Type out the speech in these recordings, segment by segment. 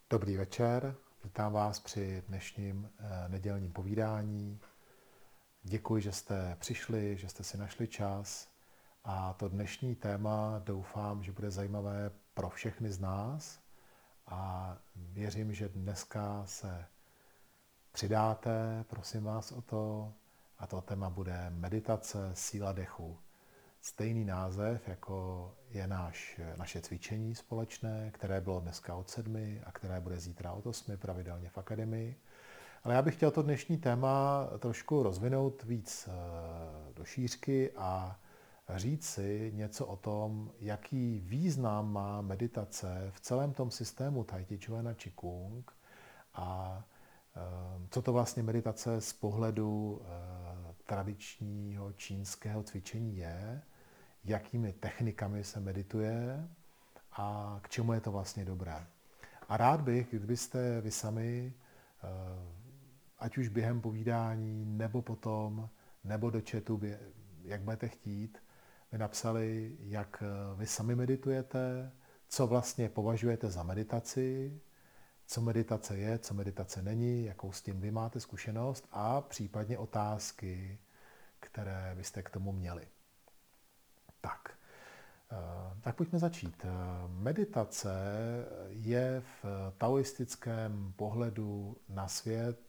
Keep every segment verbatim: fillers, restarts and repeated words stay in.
Dobrý večer, vítám vás při dnešním nedělním povídání. Děkuji, že jste přišli, že jste si našli čas a to dnešní téma doufám, že bude zajímavé pro všechny z nás a věřím, že dneska se přidáte, prosím vás o to, a to téma bude meditace, síla dechu. Stejný název, jako je náš, naše cvičení společné, které bylo dneska od sedmi a které bude zítra od osmi pravidelně v akademii. Ale já bych chtěl to dnešní téma trošku rozvinout víc do šířky a říct si něco o tom, jaký význam má meditace v celém tom systému Tai Chi Chuan a Qigong a co to vlastně meditace z pohledu tradičního čínského cvičení je, jakými technikami se medituje a k čemu je to vlastně dobré. A rád bych, kdybyste vy sami, ať už během povídání, nebo potom, nebo do chatu, jak budete chtít, mi napsali, jak vy sami meditujete, co vlastně považujete za meditaci, co meditace je, co meditace není, jakou s tím vy máte zkušenost a případně otázky, které byste k tomu měli. Tak, tak pojďme začít. Meditace je v taoistickém pohledu na svět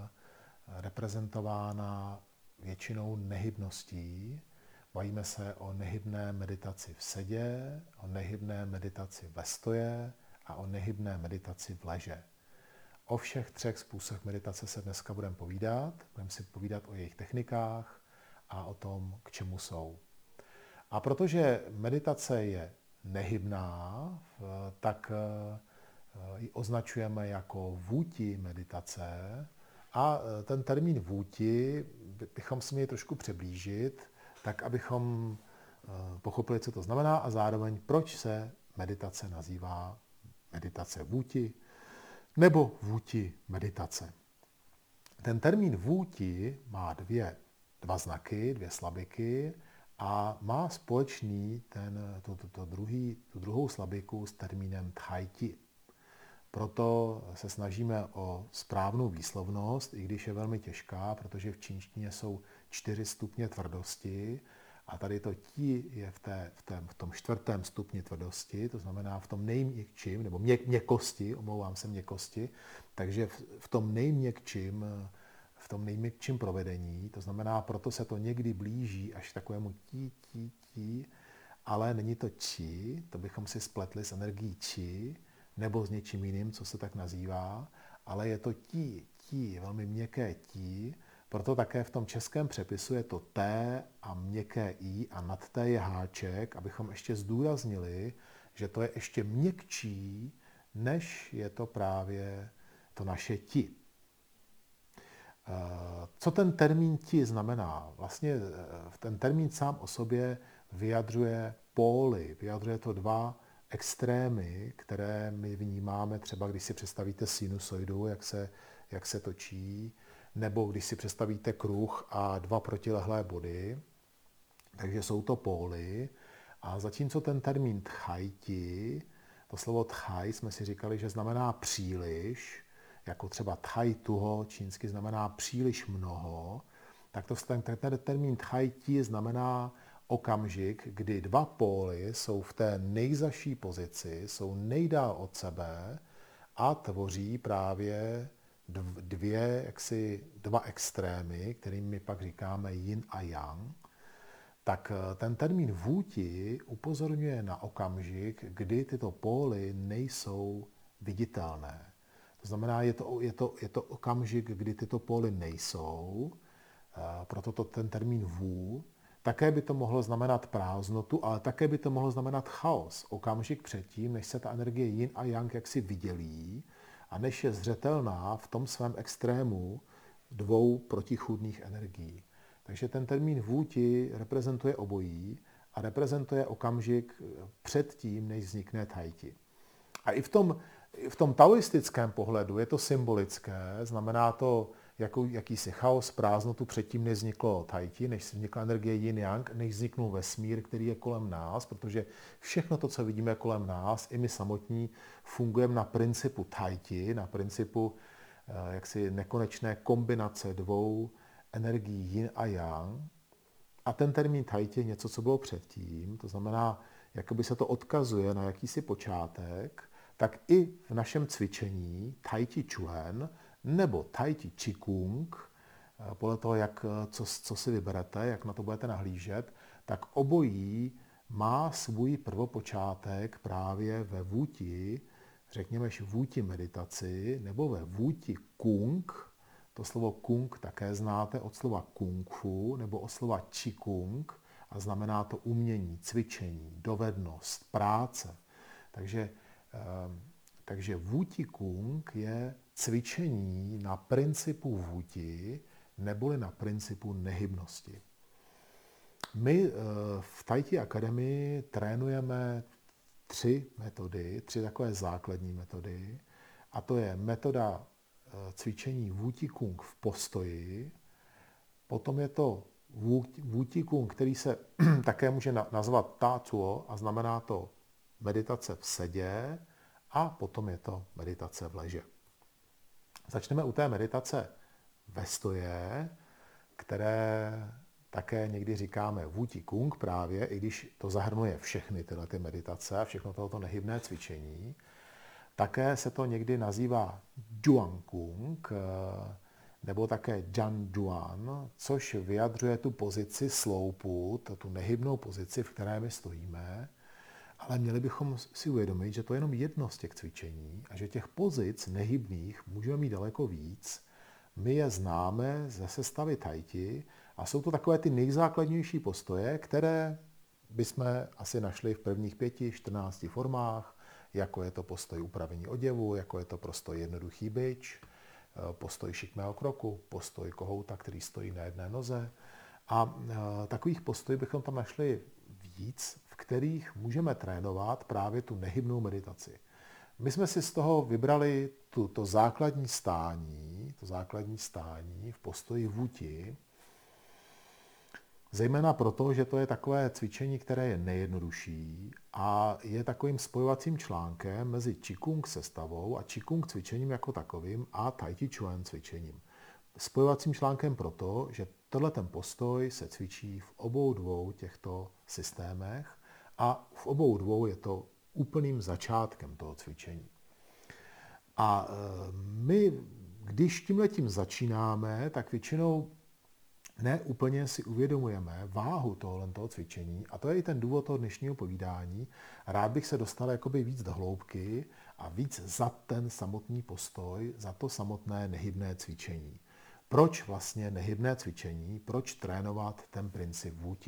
reprezentována většinou nehybností. Bavíme se o nehybné meditaci v sedě, o nehybné meditaci ve stoje a o nehybné meditaci v leže. O všech třech způsobech meditace se dneska budeme povídat. Budeme si povídat o jejich technikách a o tom, k čemu jsou. A protože meditace je nehybná, tak ji označujeme jako vůti meditace. A ten termín vůti bychom si měli trošku přiblížit, tak abychom pochopili, co to znamená a zároveň, proč se meditace nazývá meditace vůti nebo vůti meditace. Ten termín vůti má dvě, dva znaky, dvě slabiky a má společný ten, to, to, to druhý, tu druhou slabiku s termínem Tai Chi. Proto se snažíme o správnou výslovnost, i když je velmi těžká, protože v čínštině jsou čtyři stupně tvrdosti a tady to ti je v, té, v, tém, v tom čtvrtém stupni tvrdosti, to znamená v tom nejměkčím, nebo mě, měkkosti, omlouvám se měkkosti, takže v, v tom nejměkčím, v tom nejměkčím provedení, to znamená, proto se to někdy blíží až k takovému tí, tí, tí, ale není to či, to bychom si spletli s energií či, nebo s něčím jiným, co se tak nazývá, ale je to tí, tí, velmi měkké tí, proto také v tom českém přepisu je to T a měkké I a nad T je háček, abychom ještě zdůraznili, že to je ještě měkčí, než je to právě to naše ti. Co ten termín ti znamená? Vlastně ten termín sám o sobě vyjadřuje póly, vyjadřuje to dva extrémy, které my vnímáme třeba, když si představíte sinusoidu, jak se, jak se točí, nebo když si představíte kruh a dva protilehlé body. Takže jsou to póly. A zatímco ten termín tchaj ti, to slovo tchaj jsme si říkali, že znamená příliš, jako třeba tchaj tuho, čínsky znamená příliš mnoho, tak to ten, ten termín tchaj ti znamená okamžik, kdy dva póly jsou v té nejzaší pozici, jsou nejdál od sebe a tvoří právě dvě, jaksi, dva extrémy, kterým my pak říkáme yin a yang. Tak ten termín vůti upozorňuje na okamžik, kdy tyto póly nejsou viditelné. To znamená, je to, je to, je to okamžik, kdy tyto póly nejsou, proto to ten termín vů. Také by to mohlo znamenat prázdnotu, ale také by to mohlo znamenat chaos. Okamžik předtím, než se ta energie yin a yang jaksi vydělí a než je zřetelná v tom svém extrému dvou protichůdných energií. Takže ten termín vůti reprezentuje obojí a reprezentuje okamžik předtím, než vznikne Tai Chi. A i v tom, v tom taoistickém pohledu je to symbolické, znamená to jako jakýsi chaos, prázdnotu předtím, než vzniklo tai chi, než vznikla energie yin yang, než vzniknul vesmír, který je kolem nás, protože všechno to, co vidíme kolem nás, i my samotní, fungujeme na principu tai chi, na principu jaksi nekonečné kombinace dvou energií yin a yang. A ten termín tai chi je něco, co bylo předtím, to znamená, jakoby se to odkazuje na jakýsi počátek, tak i v našem cvičení Tai Chi Chuan nebo Tai Chi Qigong, podle toho, jak, co, co si vyberete, jak na to budete nahlížet, tak obojí má svůj prvopočátek právě ve Wuti, řekněme Wuti meditaci, nebo ve Wuti Kung. To slovo Kung také znáte od slova Kung Fu nebo od slova Qigong a znamená to umění, cvičení, dovednost, práce. Takže Takže Wuti Kung je cvičení na principu Wuti, neboli na principu nehybnosti. My v Tai Chi Akademii trénujeme tři metody, tři takové základní metody, a to je metoda cvičení Wuti Kung v postoji, potom je to Wuti Kung, který se také může nazvat Ta Tuo a znamená to meditace v sedě, a potom je to meditace v leže. Začneme u té meditace ve stoje, které také někdy říkáme Wuti Kung právě, i když to zahrnuje všechny tyhle ty meditace, všechno tohoto nehybné cvičení. Také se to někdy nazývá Juan Kung, nebo také Jan Juan, což vyjadřuje tu pozici sloupu, tu nehybnou pozici, v které my stojíme. Ale měli bychom si uvědomit, že to je jenom jedno z těch cvičení a že těch pozic nehybných můžeme mít daleko víc. My je známe ze sestavy Tai Chi a jsou to takové ty nejzákladnější postoje, které bychom asi našli v prvních pěti, čtrnácti formách, jako je to postoj upravení oděvu, jako je to postoj jednoduchý bič, postoj šikmého kroku, postoj kohouta, který stojí na jedné noze. A takových postojů bychom tam našli víc, v kterých můžeme trénovat právě tu nehybnou meditaci. My jsme si z toho vybrali tu, to základní stání, to základní stání v postoji Wuti, zejména proto, že to je takové cvičení, které je nejjednodušší a je takovým spojovacím článkem mezi Qigong sestavou a Qigong cvičením jako takovým a Tai Chi Chuan cvičením. Spojovacím článkem proto, že tenhle ten postoj se cvičí v obou dvou těchto systémech a v obou dvou je to úplným začátkem toho cvičení. A my, když tímhletím začínáme, tak většinou ne úplně si uvědomujeme váhu tohoto cvičení a to je i ten důvod toho dnešního povídání. Rád bych se dostal jakoby víc do hloubky a víc za ten samotný postoj, za to samotné nehybné cvičení. Proč vlastně nehybné cvičení, proč trénovat ten princip Wuti?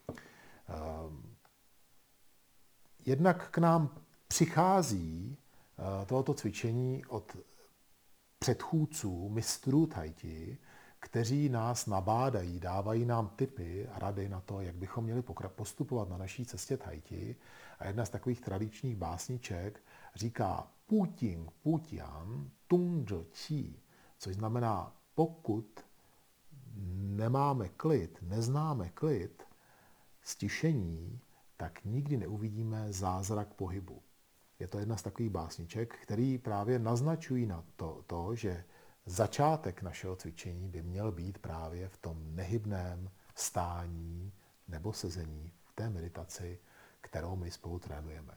Jednak k nám přichází tohoto cvičení od předchůdců, mistrů Tai Chi, kteří nás nabádají, dávají nám tipy a rady na to, jak bychom měli postupovat na naší cestě Tai Chi. A jedna z takových tradičních básniček říká Pu Ting, Pu Tian, Tung Zhe Qi, což znamená, pokud nemáme klid, neznáme klid, stišení, tak nikdy neuvidíme zázrak pohybu. Je to jedna z takových básniček, který právě naznačují na to, to, že začátek našeho cvičení by měl být právě v tom nehybném stání nebo sezení, v té meditaci, kterou my spolu trénujeme.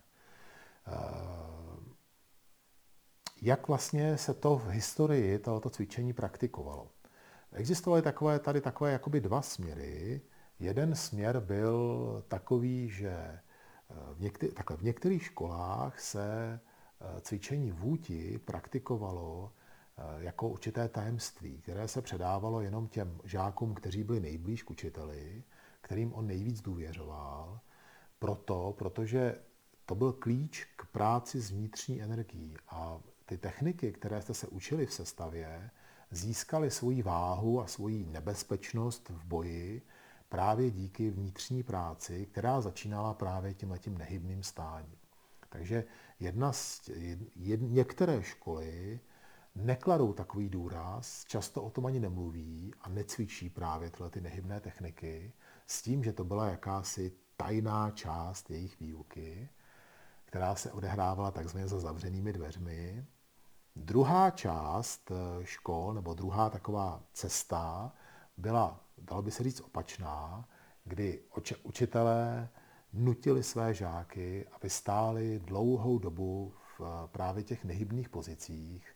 Jak vlastně se to v historii tohoto cvičení praktikovalo? Existovaly takové, tady takové jakoby dva směry. Jeden směr byl takový, že v, některý, takhle, v některých školách se cvičení Wuti praktikovalo jako určité tajemství, které se předávalo jenom těm žákům, kteří byli nejblíž k učiteli, kterým on nejvíc důvěřoval, proto, protože to byl klíč k práci s vnitřní energií a ty techniky, které jste se učili v sestavě, získaly svoji váhu a svoji nebezpečnost v boji právě díky vnitřní práci, která začínala právě tímhletím nehybným stáním. Takže jedna z, jed, některé školy nekladou takový důraz, často o tom ani nemluví a necvičí právě tyhle ty nehybné techniky s tím, že to byla jakási tajná část jejich výuky, která se odehrávala takzvaně za zavřenými dveřmi. Druhá část škol, nebo druhá taková cesta, byla, dalo by se říct, opačná, kdy učitelé nutili své žáky, aby stáli dlouhou dobu v právě těch nehybných pozicích,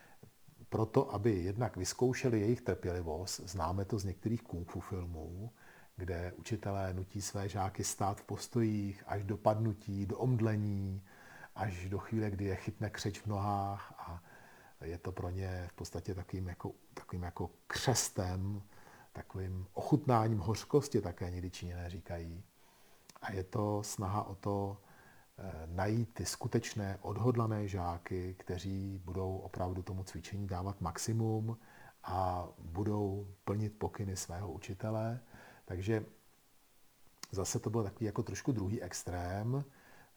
proto, aby jednak vyzkoušeli jejich trpělivost. Známe to z některých kung fu filmů, kde učitelé nutí své žáky stát v postojích až do padnutí, do omdlení, až do chvíle, kdy je chytne křeč v nohách a je to pro ně v podstatě takovým jako, takovým jako křestem, takovým ochutnáním hořkosti, také někdy Číňané říkají. A je to snaha o to najít ty skutečné odhodlané žáky, kteří budou opravdu tomu cvičení dávat maximum a budou plnit pokyny svého učitele. Takže zase to byl takový jako trošku druhý extrém.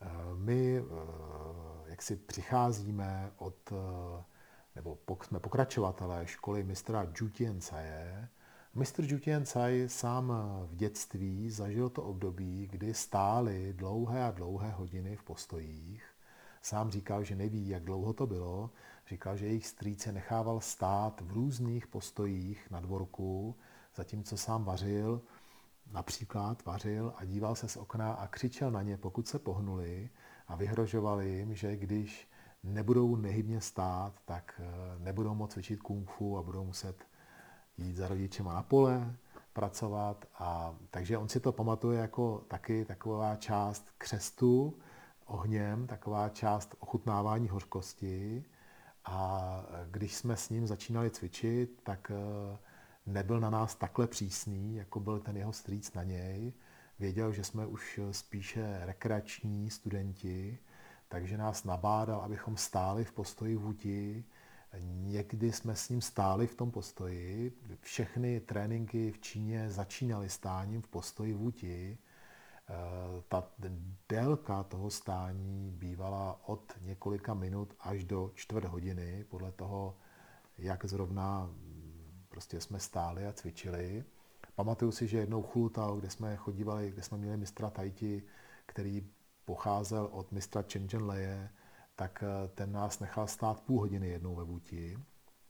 My jak si přicházíme od, nebo jsme pokračovatelé školy mistra Zhu Tiancaie. mistr Zhu Tiancai sám v dětství zažil to období, kdy stáli dlouhé a dlouhé hodiny v postojích. Sám říkal, že neví, jak dlouho to bylo. Říkal, že jejich strýc je nechával stát v různých postojích na dvorku, zatímco sám vařil, například vařil a díval se z okna a křičel na ně, pokud se pohnuli, a vyhrožoval jim, že když nebudou nehybně stát, tak nebudou moct cvičit kung fu a budou muset jít za rodičema na pole, pracovat. A, takže on si to pamatuje jako taky taková část křestu ohněm, taková část ochutnávání hořkosti. A když jsme s ním začínali cvičit, tak nebyl na nás takhle přísný, jako byl ten jeho strýc na něj. Věděl, že jsme už spíše rekreační studenti, takže nás nabádal, abychom stáli v postoji vůti. Někdy jsme s ním stáli v tom postoji. Všechny tréninky v Číně začínaly stáním v postoji vůti. Ta délka toho stání bývala od několika minut až do čtvrt hodiny, podle toho, jak zrovna prostě jsme stáli a cvičili. Pamatuju si, že jednou Chulutao, kde jsme chodívali, kde jsme měli mistra Tajti, který pocházel od mistra Chen Zhenleje, tak ten nás nechal stát půl hodiny jednou ve vůti.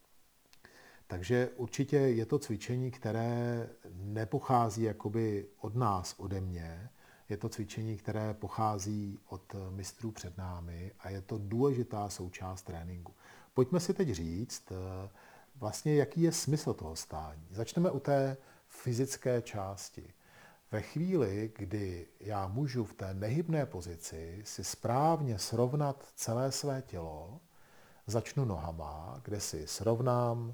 Takže určitě je to cvičení, které nepochází jakoby od nás, ode mě. Je to cvičení, které pochází od mistrů před námi a je to důležitá součást tréninku. Pojďme si teď říct, vlastně jaký je smysl toho stání. Začneme u té fyzické části. Ve chvíli, kdy já můžu v té nehybné pozici si správně srovnat celé své tělo, začnu nohama, kde si srovnám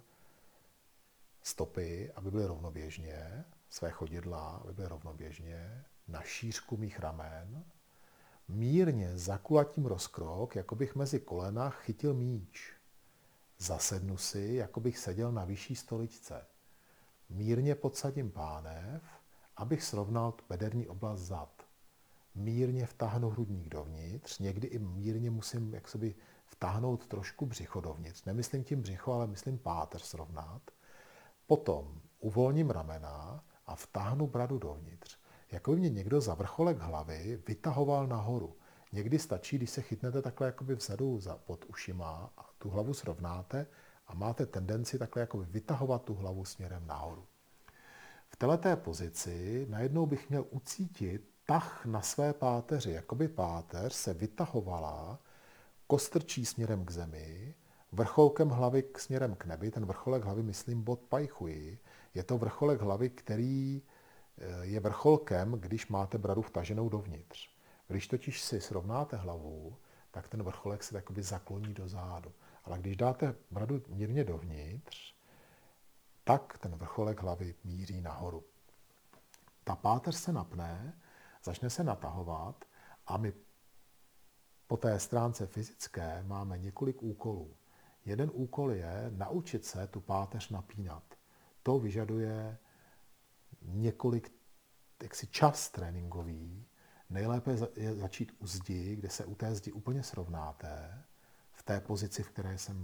stopy, aby byly rovnoběžně, své chodidla, aby byly rovnoběžně, na šířku mých ramen, mírně zakulatím rozkrok, jako bych mezi kolena chytil míč. Zasednu si, jako bych seděl na vyšší stoličce. Mírně podsadím pánev, abych srovnal bederní oblast zad. Mírně vtáhnu hrudník dovnitř, někdy i mírně musím jakoby vtáhnout trošku břicho dovnitř. Nemyslím tím břicho, ale myslím páteř srovnat. Potom uvolním ramena a vtáhnu bradu dovnitř. Jako by mě někdo za vrcholek hlavy vytahoval nahoru. Někdy stačí, když se chytnete takhle jakoby vzadu za, pod ušima a tu hlavu srovnáte a máte tendenci takhle jakoby vytahovat tu hlavu směrem nahoru. V této pozici najednou bych měl ucítit tah na své páteři, jakoby páteř se vytahovala, kostrčí směrem k zemi, vrcholkem hlavy k směrem k nebi. Ten vrcholek hlavy, myslím, bod Pajchuji. Je to vrcholek hlavy, který je vrcholkem, když máte bradu vtaženou dovnitř. Když totiž si srovnáte hlavu, tak ten vrcholek se takoby zakloní do zádu. Ale když dáte bradu mírně dovnitř, tak ten vrcholek hlavy míří nahoru. Ta páteř se napne, začne se natahovat a my po té stránce fyzické máme několik úkolů. Jeden úkol je naučit se tu páteř napínat. To vyžaduje několik, jaksi čas tréninkový. Nejlépe je začít u zdi, kde se u té zdi úplně srovnáte, v té pozici, v které jsem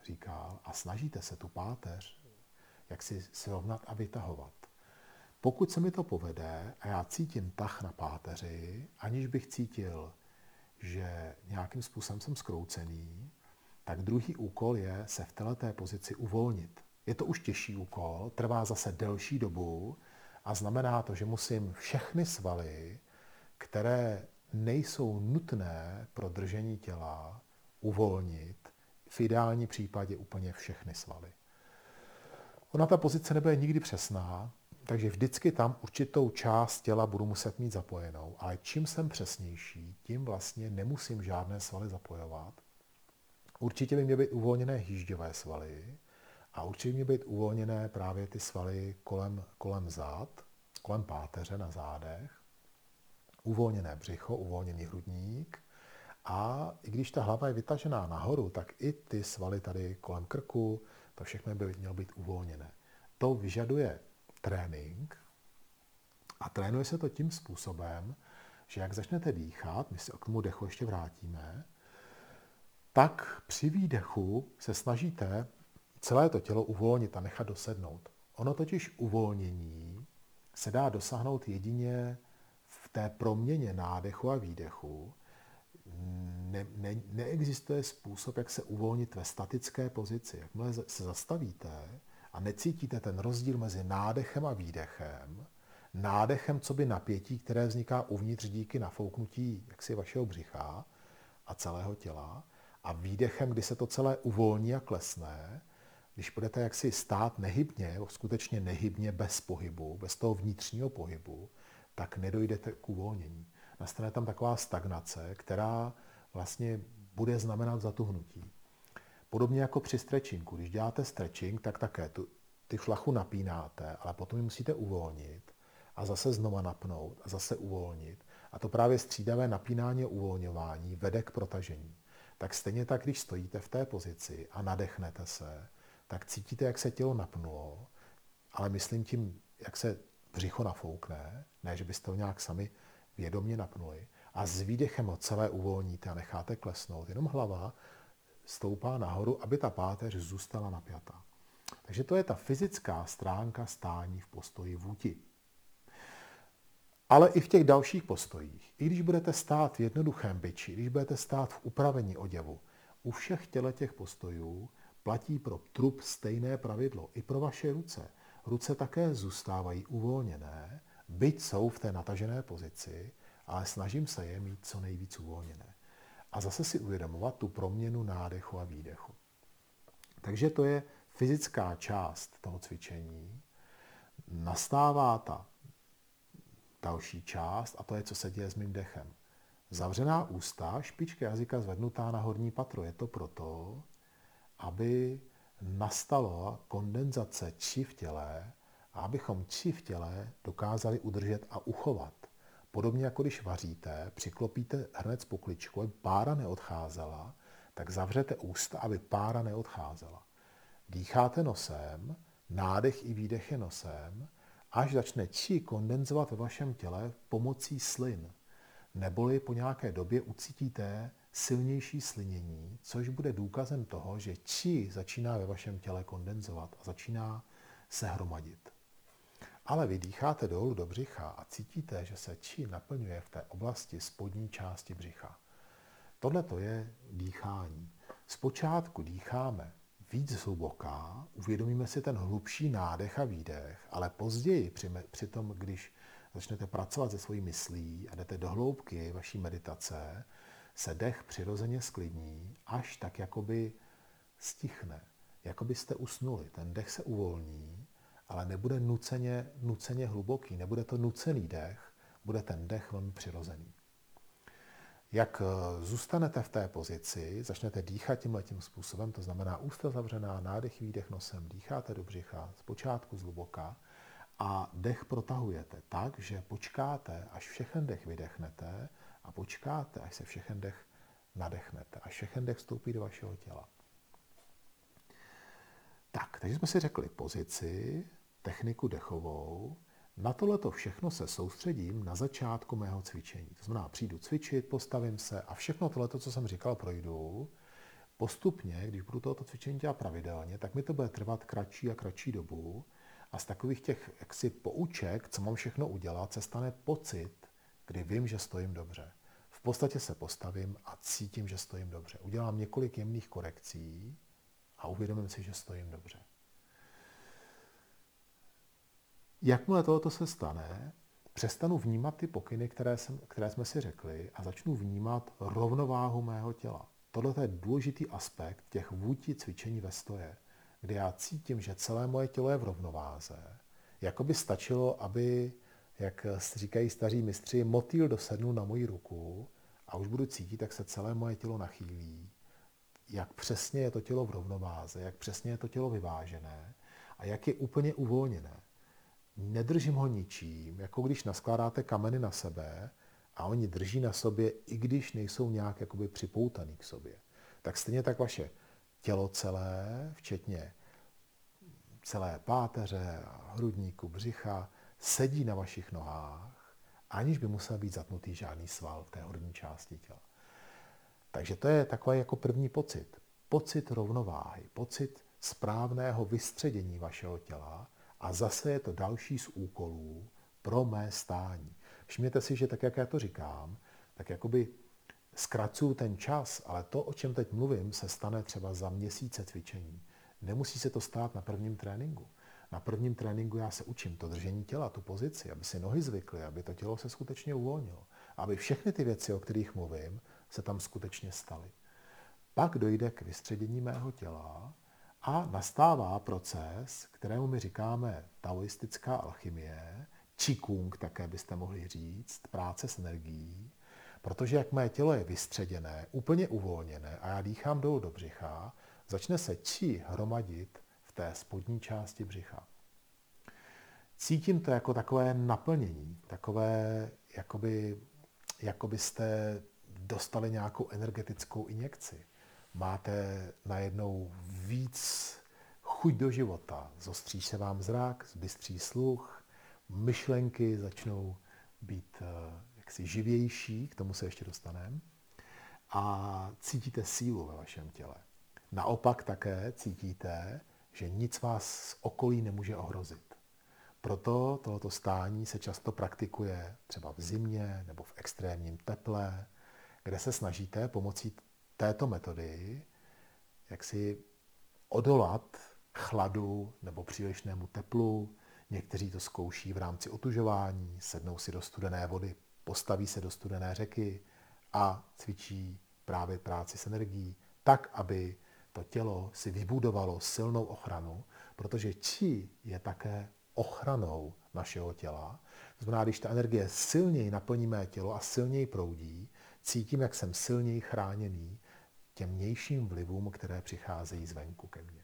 říkal, a snažíte se tu páteř jak si srovnat a vytahovat. Pokud se mi to povede a já cítím tah na páteři, aniž bych cítil, že nějakým způsobem jsem zkroucený, tak druhý úkol je se v této pozici uvolnit. Je to už těžší úkol, trvá zase delší dobu a znamená to, že musím všechny svaly, které nejsou nutné pro držení těla, uvolnit, v ideálním případě úplně všechny svaly. Ona ta pozice nebude nikdy přesná, takže vždycky tam určitou část těla budu muset mít zapojenou, ale čím jsem přesnější, tím vlastně nemusím žádné svaly zapojovat. Určitě by měly být uvolněné hýžďové svaly a určitě by měly být uvolněné právě ty svaly kolem, kolem zad, kolem páteře na zádech, uvolněné břicho, uvolněný hrudník a i když ta hlava je vytažená nahoru, tak i ty svaly tady kolem krku, to všechno by mělo být uvolněné. To vyžaduje trénink a trénuje se to tím způsobem, že jak začnete dýchat, my se k tomu dechu ještě vrátíme, tak při výdechu se snažíte celé to tělo uvolnit a nechat dosednout. Ono totiž uvolnění se dá dosáhnout jedině v té proměně nádechu a výdechu. Ne, ne, neexistuje způsob, jak se uvolnit ve statické pozici. Jakmile se zastavíte a necítíte ten rozdíl mezi nádechem a výdechem, nádechem co by napětí, které vzniká uvnitř díky nafouknutí jaksi vašeho břicha a celého těla, a výdechem, kdy se to celé uvolní a klesne, když budete jaksi stát nehybně, skutečně nehybně bez pohybu, bez toho vnitřního pohybu, tak nedojdete k uvolnění. Nastane tam taková stagnace, která vlastně bude znamenat zatuhnutí. Podobně jako při stretchinku. Když děláte stretching, tak také tu, ty šlachu napínáte, ale potom ji musíte uvolnit a zase znova napnout a zase uvolnit. A to právě střídavé napínání a uvolňování vede k protažení. Tak stejně tak, když stojíte v té pozici a nadechnete se, tak cítíte, jak se tělo napnulo, ale myslím tím, jak se břicho nafoukne, ne, že byste ho nějak sami vědomě napnuli. A s výdechem ho celé uvolníte a necháte klesnout. Jenom hlava stoupá nahoru, aby ta páteř zůstala napjatá. Takže to je ta fyzická stránka stání v postoji vůti. Ale i v těch dalších postojích, i když budete stát v jednoduchém biči, když budete stát v upravení oděvu, u všech těle těch postojů platí pro trup stejné pravidlo. I pro vaše ruce. Ruce také zůstávají uvolněné, byť jsou v té natažené pozici, ale snažím se je mít co nejvíc uvolněné. A zase si uvědomovat tu proměnu nádechu a výdechu. Takže to je fyzická část toho cvičení. Nastává ta další část a to je, co se děje s mým dechem. Zavřená ústa, špička jazyka zvednutá na horní patro. Je to proto, aby nastala kondenzace či v těle a abychom či v těle dokázali udržet a uchovat. Podobně jako když vaříte, přiklopíte hrnec pokličku, aby pára neodcházela, tak zavřete ústa, aby pára neodcházela. Dýcháte nosem, nádech i výdech je nosem, až začne či kondenzovat ve vašem těle pomocí slin. Neboli po nějaké době ucítíte silnější slinění, což bude důkazem toho, že či začíná ve vašem těle kondenzovat a začíná se hromadit. Ale vy dýcháte dolů do břicha a cítíte, že se či naplňuje v té oblasti spodní části břicha. Tohle to je dýchání. Zpočátku dýcháme víc hluboká, uvědomíme si ten hlubší nádech a výdech, ale později při, při tom, když začnete pracovat se svojí myslí a jdete do hloubky vaší meditace, se dech přirozeně sklidní, až tak jakoby stichne. Jakoby jste usnuli. Ten dech se uvolní, ale nebude nuceně, nuceně hluboký, nebude to nucený dech, bude ten dech velmi přirozený. Jak zůstanete v té pozici, začnete dýchat tímhletím způsobem, to znamená ústa zavřená, nádech, výdech nosem, dýcháte do břicha, zpočátku zhluboka a dech protahujete tak, že počkáte, až všechen dech vydechnete a počkáte, až se všechen dech nadechnete, až všechen dech vstoupí do vašeho těla. Tak, takže jsme si řekli pozici, techniku dechovou. Na tohleto všechno se soustředím na začátku mého cvičení. To znamená, přijdu cvičit, postavím se a všechno tohleto, co jsem říkal, projdu. Postupně, když budu tohoto cvičení dělat pravidelně, tak mi to bude trvat kratší a kratší dobu a z takových těch jaksi pouček, co mám všechno udělat, se stane pocit, kdy vím, že stojím dobře. V podstatě se postavím a cítím, že stojím dobře. Udělám několik jemných korekcí a uvědomím si, že stojím dobře. Jakmile tohoto se stane, přestanu vnímat ty pokyny, které, jsem, které jsme si řekli a začnu vnímat rovnováhu mého těla. Tohle je důležitý aspekt těch vůti cvičení ve stoje, kdy já cítím, že celé moje tělo je v rovnováze. Jako by stačilo, aby, jak říkají staří mistři, motýl dosednul na moji ruku a už budu cítit, jak se celé moje tělo nachýlí. Jak přesně je to tělo v rovnováze, jak přesně je to tělo vyvážené a jak je úplně uvolněné. Nedržím ho ničím, jako když naskládáte kameny na sebe a oni drží na sobě, i když nejsou nějak jakoby připoutaný k sobě. Tak stejně tak vaše tělo celé, včetně celé páteře, hrudníku, břicha, sedí na vašich nohách, aniž by musel být zatnutý žádný sval v té horní části těla. Takže to je takový jako první pocit. Pocit rovnováhy, pocit správného vystředění vašeho těla a zase je to další z úkolů pro mé stání. Všimněte si, že tak, jak já to říkám, tak jakoby zkracuju ten čas, ale to, o čem teď mluvím, se stane třeba za měsíce cvičení. Nemusí se to stát na prvním tréninku. Na prvním tréninku já se učím to držení těla, tu pozici, aby si nohy zvykly, aby to tělo se skutečně uvolnilo. Aby všechny ty věci, o kterých mluvím, se tam skutečně staly. Pak dojde k vystředění mého těla a nastává proces, kterému my říkáme taoistická alchymie, Qigong také byste mohli říct, práce s energií, protože jak mé tělo je vystředěné, úplně uvolněné a já dýchám dolů do břicha, začne se Qi hromadit v té spodní části břicha. Cítím to jako takové naplnění, takové, jakoby, jakoby jste dostali nějakou energetickou injekci. Máte najednou víc chuť do života, zostří se vám zrak, zbystří sluch, myšlenky začnou být jaksi živější, k tomu se ještě dostaneme, a cítíte sílu ve vašem těle. Naopak také cítíte, že nic vás z okolí nemůže ohrozit. Proto tohoto stání se často praktikuje třeba v zimě nebo v extrémním teple, kde se snažíte pomocí této metody jak si odolat chladu nebo přílišnému teplu. Někteří to zkouší v rámci otužování, sednou si do studené vody, postaví se do studené řeky a cvičí právě práci s energií, tak, aby to tělo si vybudovalo silnou ochranu, protože Qi je také ochranou našeho těla. To znamená, když ta energie silněji naplní mé tělo a silněji proudí, cítím, jak jsem silněji chráněný těm vnějším vlivům, které přicházejí zvenku ke mně.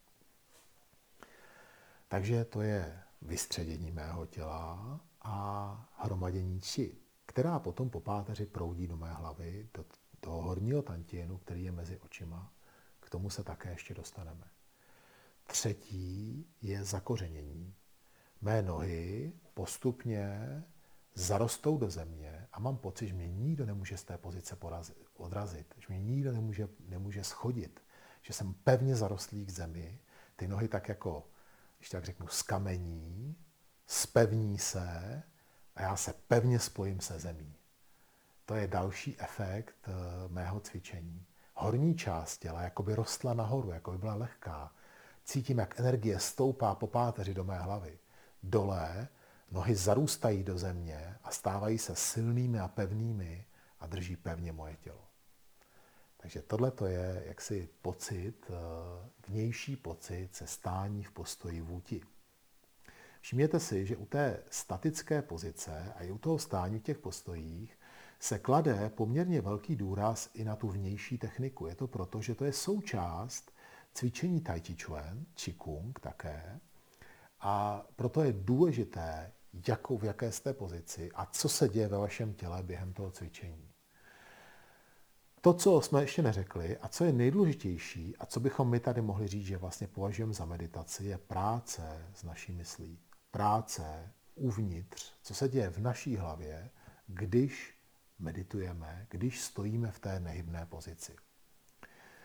Takže to je vystředění mého těla a hromadění Qi, která potom po páteři proudí do mé hlavy, do toho horního tantienu, který je mezi očima. K tomu se také ještě dostaneme. Třetí je zakořenění. Mé nohy postupně zarostou do země a mám pocit, že mě nikdo nemůže z té pozice porazit, odrazit, že mě nikdo nemůže, nemůže schodit, že jsem pevně zarostlý k zemi, ty nohy tak jako, když tak řeknu, zkamení, spevní se a já se pevně spojím se zemí. To je další efekt mého cvičení. Horní část těla jakoby rostla nahoru, jako by byla lehká. Cítím, jak energie stoupá po páteři do mé hlavy. Dole nohy zarůstají do země a stávají se silnými a pevnými a drží pevně moje tělo. Takže tohle to je jaksi pocit, vnější pocit se stání v postoji vůti. Všimněte si, že u té statické pozice a i u toho stání v těch postojích se klade poměrně velký důraz i na tu vnější techniku. Je to proto, že to je součást cvičení Tai Chi Chuan, Qigong také, a proto je důležité, jakou, v jaké jste pozici a co se děje ve vašem těle během toho cvičení. To, co jsme ještě neřekli a co je nejdůležitější a co bychom my tady mohli říct, že vlastně považujeme za meditaci, je práce s naší myslí. Práce uvnitř, co se děje v naší hlavě, když meditujeme, když stojíme v té nehybné pozici.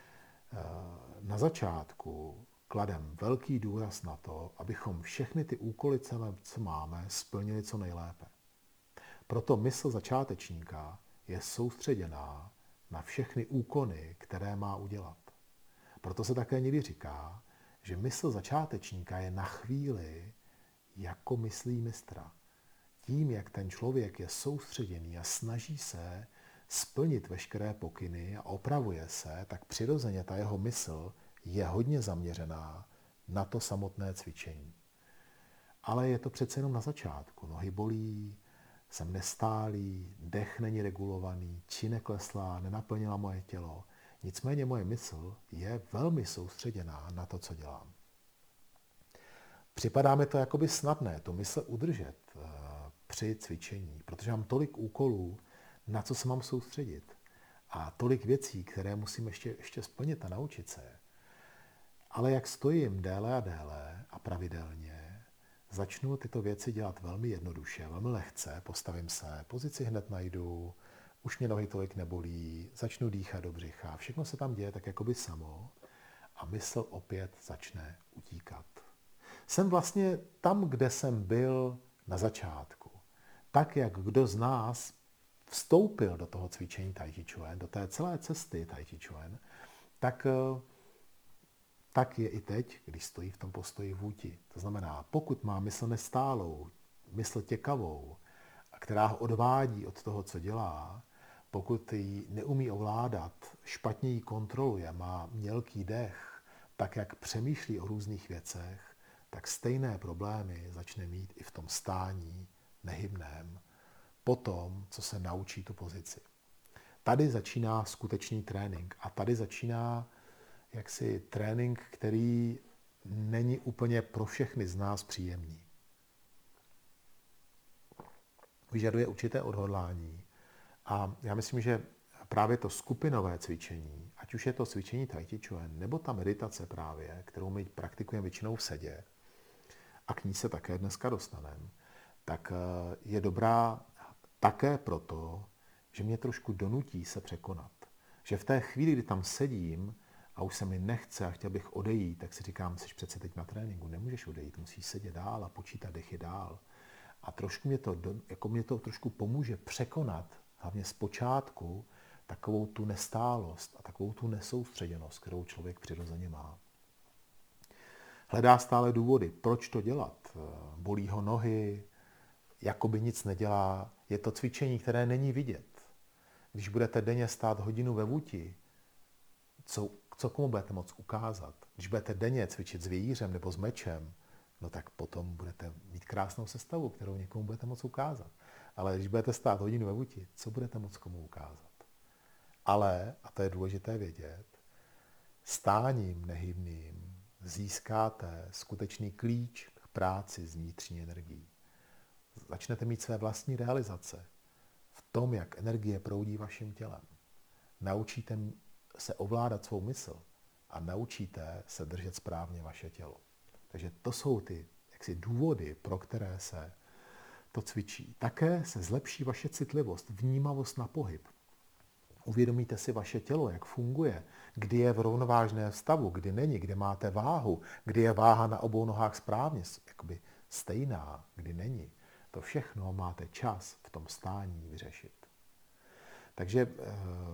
Na začátku kladem velký důraz na to, abychom všechny ty úkoly, co máme, splnili co nejlépe. Proto mysl začátečníka je soustředěná na všechny úkony, které má udělat. Proto se také někdy říká, že mysl začátečníka je na chvíli jako myslí mistra. Tím, jak ten člověk je soustředěný a snaží se splnit veškeré pokyny a opravuje se, tak přirozeně ta jeho mysl je hodně zaměřená na to samotné cvičení. Ale je to přece jenom na začátku. Nohy bolí, jsem nestálý, dech není regulovaný, či nekleslá, nenaplnila moje tělo. Nicméně moje mysl je velmi soustředěná na to, co dělám. Připadá mi to jakoby snadné, tu mysl udržet uh, při cvičení, protože mám tolik úkolů, na co se mám soustředit. A tolik věcí, které musím ještě, ještě splnit a naučit se. Ale jak stojím déle a déle a pravidelně, začnu tyto věci dělat velmi jednoduše, velmi lehce, postavím se, pozici hned najdu, už mě nohy tolik nebolí, začnu dýchat do břicha, všechno se tam děje tak jakoby samo a mysl opět začne utíkat. Jsem vlastně tam, kde jsem byl na začátku. Tak, jak kdo z nás vstoupil do toho cvičení Tai Chi Chuan, do té celé cesty Tai Chi Chuan, tak, tak je i teď, když stojí v tom postoji vůti. To znamená, pokud má mysl nestálou, mysl těkavou, která ho odvádí od toho, co dělá, pokud ji neumí ovládat, špatně ji kontroluje, má mělký dech, tak jak přemýšlí o různých věcech, tak stejné problémy začne mít i v tom stání nehybném, po tom, co se naučí tu pozici. Tady začíná skutečný trénink a tady začíná jaksi trénink, který není úplně pro všechny z nás příjemný. Vyžaduje určité odhodlání a já myslím, že právě to skupinové cvičení, ať už je to cvičení Tai Chi Chuan, nebo ta meditace právě, kterou my praktikujeme většinou v sedě, a k ní se také dneska dostaneme, tak je dobrá také proto, že mě trošku donutí se překonat. Že v té chvíli, kdy tam sedím a už se mi nechce a chtěl bych odejít, tak si říkám, jsi přece teď na tréninku, nemůžeš odejít, musíš sedět dál a počítat dechy dál. A trošku mě to, jako mě to trošku pomůže překonat, hlavně z počátku, takovou tu nestálost a takovou tu nesoustředěnost, kterou člověk přirozeně má. Hledá stále důvody, proč to dělat. Bolí ho nohy, jakoby nic nedělá. Je to cvičení, které není vidět. Když budete denně stát hodinu ve vůti, co, co komu budete moct ukázat? Když budete denně cvičit s vějířem nebo s mečem, no tak potom budete mít krásnou sestavu, kterou někomu budete moct ukázat. Ale když budete stát hodinu ve vůti, co budete moct komu ukázat? Ale, a to je důležité vědět, stáním nehybným získáte skutečný klíč k práci s vnitřní energií. Začnete mít své vlastní realizace v tom, jak energie proudí vaším tělem. Naučíte se ovládat svou mysl a naučíte se držet správně vaše tělo. Takže to jsou ty jaksi důvody, pro které se to cvičí. Také se zlepší vaše citlivost, vnímavost na pohyb. Uvědomíte si vaše tělo, jak funguje, kdy je v rovnovážném stavu, kdy není, kde máte váhu, kdy je váha na obou nohách správně, jakoby stejná, kdy není. To všechno máte čas v tom stání vyřešit. Takže e,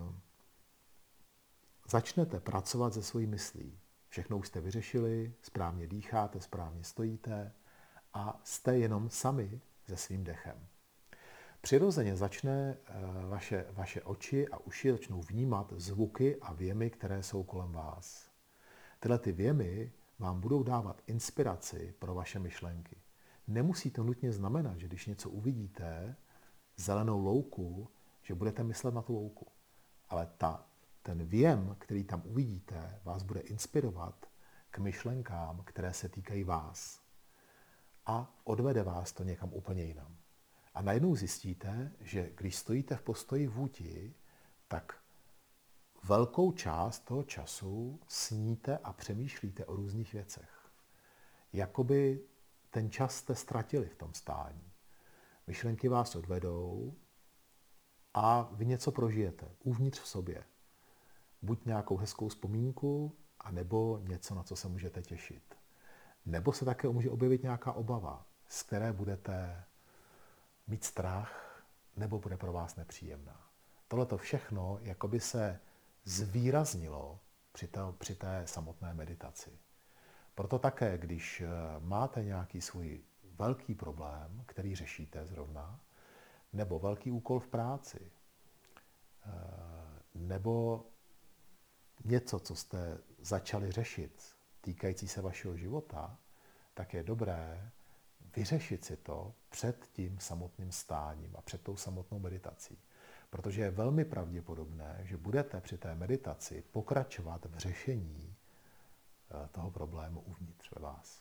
začnete pracovat se svojí myslí. Všechno už jste vyřešili, správně dýcháte, správně stojíte a jste jenom sami se svým dechem. Přirozeně začne vaše, vaše oči a uši začnou vnímat zvuky a věmy, které jsou kolem vás. Tyhle ty věmy vám budou dávat inspiraci pro vaše myšlenky. Nemusí to nutně znamenat, že když něco uvidíte, zelenou louku, že budete myslet na tu louku. Ale ta, ten věm, který tam uvidíte, vás bude inspirovat k myšlenkám, které se týkají vás. A odvede vás to někam úplně jinam. A najednou zjistíte, že když stojíte v postoji vůti, tak velkou část toho času sníte a přemýšlíte o různých věcech. Jakoby ten čas jste ztratili v tom stání. Myšlenky vás odvedou a vy něco prožijete uvnitř v sobě. Buď nějakou hezkou vzpomínku, anebo něco, na co se můžete těšit. Nebo se také může objevit nějaká obava, z které budete mít strach, nebo bude pro vás nepříjemná. Tohle to všechno jakoby se zvýraznilo při té, při té samotné meditaci. Proto také, když máte nějaký svůj velký problém, který řešíte zrovna, nebo velký úkol v práci, nebo něco, co jste začali řešit, týkající se vašeho života, tak je dobré vyřešit si to před tím samotným stáním a před tou samotnou meditací. Protože je velmi pravděpodobné, že budete při té meditaci pokračovat v řešení toho problému uvnitř ve vás.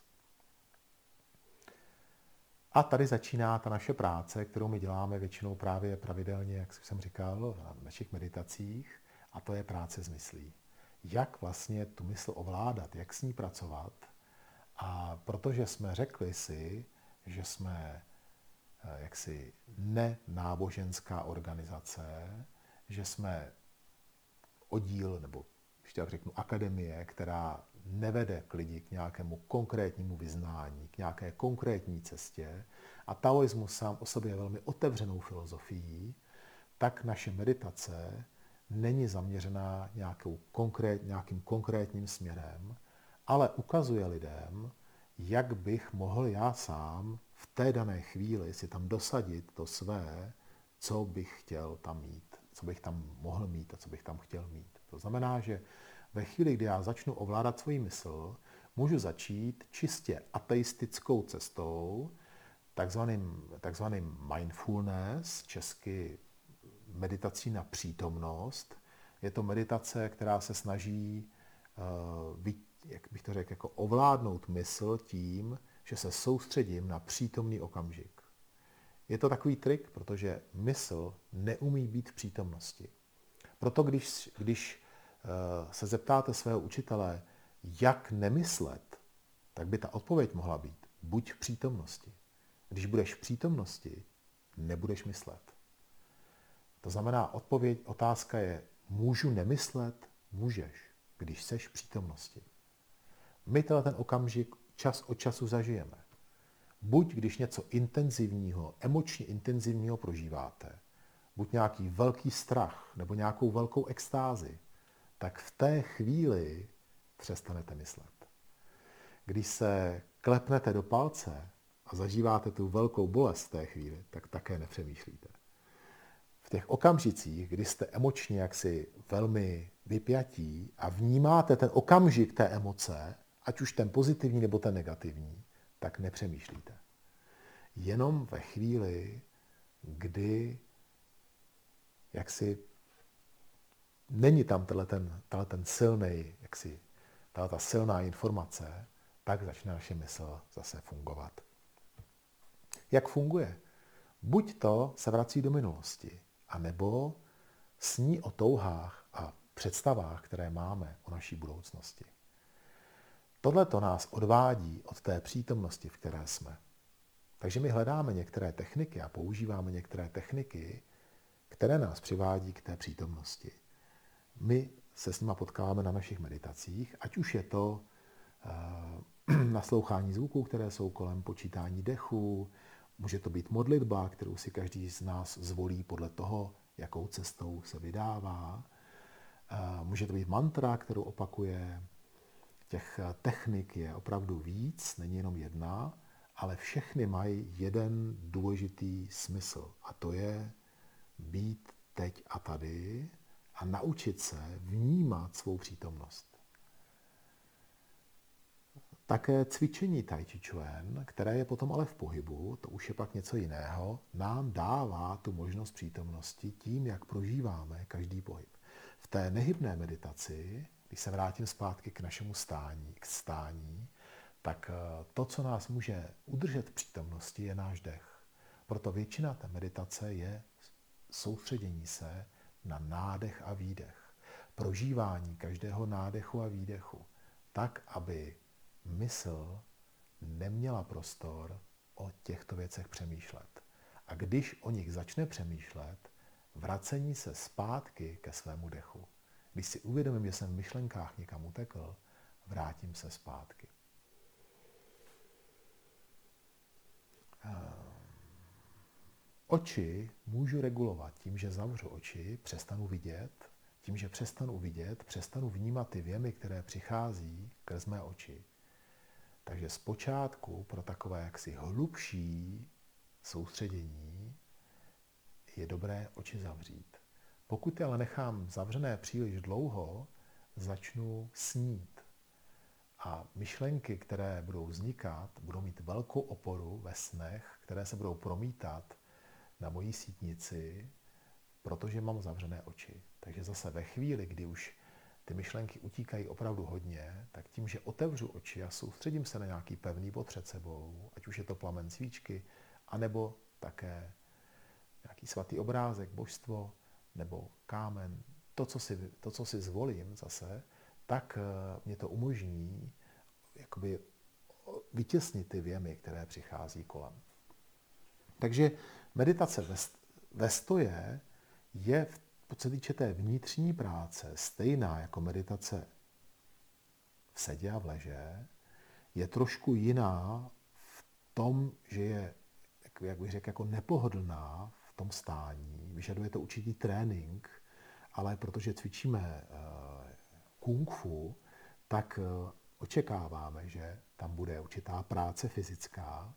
A tady začíná ta naše práce, kterou my děláme většinou právě pravidelně, jak jsem říkal, na našich meditacích, a to je práce s myslí. Jak vlastně tu mysl ovládat, jak s ní pracovat. A protože jsme řekli si, že jsme jaksi nenáboženská organizace, že jsme oddíl, nebo když tak řeknu akademie, která nevede k lidi k nějakému konkrétnímu vyznání, k nějaké konkrétní cestě, a taoismus sám o sobě je velmi otevřenou filozofií, tak naše meditace není zaměřená nějakou konkrét, nějakým konkrétním směrem, ale ukazuje lidem, jak bych mohl já sám v té dané chvíli si tam dosadit to své, co bych chtěl tam mít, co bych tam mohl mít a co bych tam chtěl mít. To znamená, že ve chvíli, kdy já začnu ovládat svou mysl, můžu začít čistě ateistickou cestou, takzvaným, takzvaným mindfulness, česky meditací na přítomnost. Je to meditace, která se snaží, jak bych to řekl, jako ovládnout mysl tím, že se soustředím na přítomný okamžik. Je to takový trik, protože mysl neumí být v přítomnosti. Proto když, když se zeptáte svého učitele, jak nemyslet, tak by ta odpověď mohla být buď v přítomnosti. Když budeš v přítomnosti, nebudeš myslet. To znamená, odpověď, otázka je, můžu nemyslet? Můžeš, když seš v přítomnosti. My tenhle ten okamžik čas od času zažijeme. Buď když něco intenzivního, emočně intenzivního prožíváte, buď nějaký velký strach nebo nějakou velkou extázi, tak v té chvíli přestanete myslet. Když se klepnete do palce a zažíváte tu velkou bolest v té chvíli, tak také nepřemýšlíte. V těch okamžicích, kdy jste emočně jaksi velmi vypjatí a vnímáte ten okamžik té emoce, ať už ten pozitivní nebo ten negativní, tak nepřemýšlíte. Jenom ve chvíli, kdy jaksi není tam tenhle ten, tenhle ten silný, jaksi, tahle ta silná informace, tak začne naše mysl zase fungovat. Jak funguje? Buď to se vrací do minulosti, anebo sní o touhách a představách, které máme o naší budoucnosti. Tohle to nás odvádí od té přítomnosti, v které jsme. Takže my hledáme některé techniky a používáme některé techniky, které nás přivádí k té přítomnosti. My se s nima potkáváme na našich meditacích, ať už je to uh, naslouchání zvuků, které jsou kolem, počítání dechu, může to být modlitba, kterou si každý z nás zvolí podle toho, jakou cestou se vydává. Uh, může to být mantra, kterou opakuje. Těch technik je opravdu víc, není jenom jedna, ale všechny mají jeden důležitý smysl. A to je být teď a tady a naučit se vnímat svou přítomnost. Také cvičení Tai Chi Chuan, které je potom ale v pohybu, to už je pak něco jiného, nám dává tu možnost přítomnosti tím, jak prožíváme každý pohyb. V té nehybné meditaci, když se vrátím zpátky k našemu stání, k stání, tak to, co nás může udržet v přítomnosti, je náš dech. Proto většina té meditace je soustředění se na nádech a výdech. Prožívání každého nádechu a výdechu. Tak, aby mysl neměla prostor o těchto věcech přemýšlet. A když o nich začne přemýšlet, vracení se zpátky ke svému dechu. Když si uvědomím, že jsem v myšlenkách někam utekl, vrátím se zpátky. Oči můžu regulovat tím, že zavřu oči, přestanu vidět. Tím, že přestanu vidět, přestanu vnímat ty věmy, které přichází skrz mé oči. Takže zpočátku pro takové jaksi hlubší soustředění je dobré oči zavřít. Pokud je ale nechám zavřené příliš dlouho, začnu snít. A myšlenky, které budou vznikat, budou mít velkou oporu ve snech, které se budou promítat na mojí sítnici, protože mám zavřené oči. Takže zase ve chvíli, kdy už ty myšlenky utíkají opravdu hodně, tak tím, že otevřu oči a soustředím se na nějaký pevný bod před sebou, ať už je to plamen svíčky, anebo také nějaký svatý obrázek, božstvo, nebo kámen, to, co si, to, co si zvolím zase, tak mě to umožní jakoby vytěsnit ty věmy, které přichází kolem. Takže meditace ve, ve stoje je, co se týče té vnitřní práce, stejná jako meditace v sedě a v leže, je trošku jiná v tom, že je, jak bych řekl, jako nepohodlná v tom stání. Vyžaduje to určitý trénink, ale protože cvičíme kung fu, tak očekáváme, že tam bude určitá práce fyzická.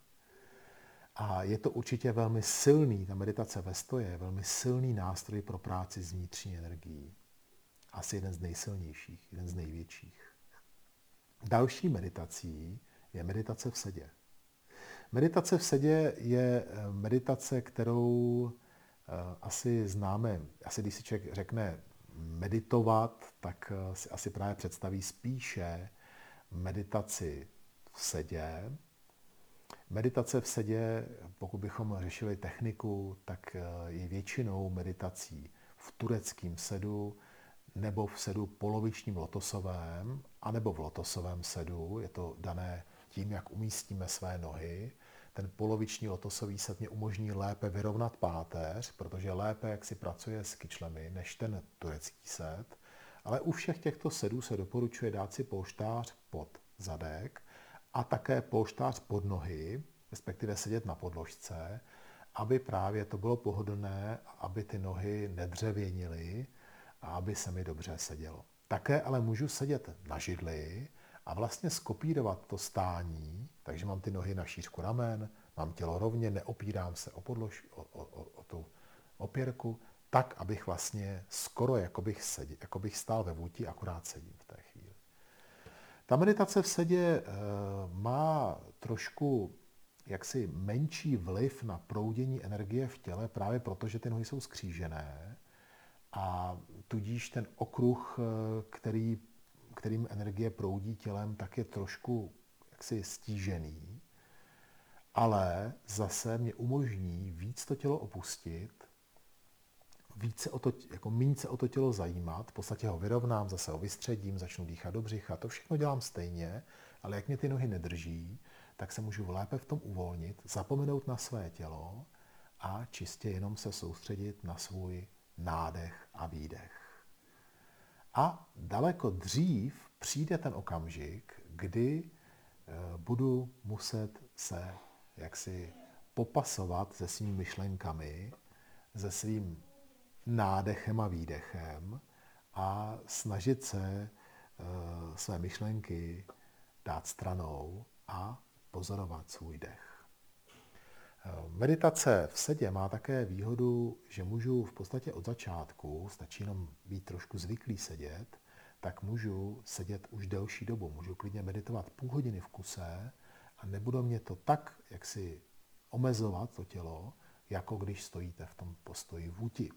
A je to určitě velmi silný, ta meditace ve stoje je velmi silný nástroj pro práci s vnitřní energií. Asi jeden z nejsilnějších, jeden z největších. Další meditací je meditace v sedě. Meditace v sedě je meditace, kterou asi známe, asi když si člověk řekne meditovat, tak si asi právě představí spíše meditaci v sedě. Meditace v sedě, pokud bychom řešili techniku, tak je většinou meditací v tureckém sedu nebo v sedu polovičním lotosovém, anebo v lotosovém sedu. Je to dané tím, jak umístíme své nohy. Ten poloviční lotosový set mě umožní lépe vyrovnat páteř, protože lépe jak si pracuje s kyčlemi než ten turecký set. Ale u všech těchto sedů se doporučuje dát si polštář pod zadek a také polštář pod nohy, respektive sedět na podložce, aby právě to bylo pohodlné, aby ty nohy nedřevěnily a aby se mi dobře sedělo. Také ale můžu sedět na židli a vlastně skopírovat to stání, takže mám ty nohy na šířku ramen, mám tělo rovně, neopírám se o, podlož, o, o, o, o tu opěrku, tak, abych vlastně skoro jako bych, sedě, jako bych stál ve vůti, akorát sedím v té chvíli. Ta meditace v sedě e, má trošku jaksi menší vliv na proudění energie v těle, právě protože ty nohy jsou skřížené a tudíž ten okruh, který, kterým energie proudí tělem, tak je trošku jaksi stížený, ale zase mě umožní víc to tělo opustit, více o to, jako míň se o to tělo zajímat, v podstatě ho vyrovnám, zase ho vystředím, začnu dýchat do břicha, to všechno dělám stejně, ale jak mě ty nohy nedrží, tak se můžu lépe v tom uvolnit, zapomenout na své tělo a čistě jenom se soustředit na svůj nádech a výdech. A daleko dřív přijde ten okamžik, kdy budu muset se jaksi popasovat se svými myšlenkami, se svým nádechem a výdechem a snažit se uh, své myšlenky dát stranou a pozorovat svůj dech. Meditace v sedě má také výhodu, že můžu v podstatě od začátku, stačí jenom být trošku zvyklý sedět, tak můžu sedět už delší dobu. Můžu klidně meditovat půl hodiny v kuse a nebude mě to tak, jak si omezovat to tělo, jako když stojíte v tom postoji vůti.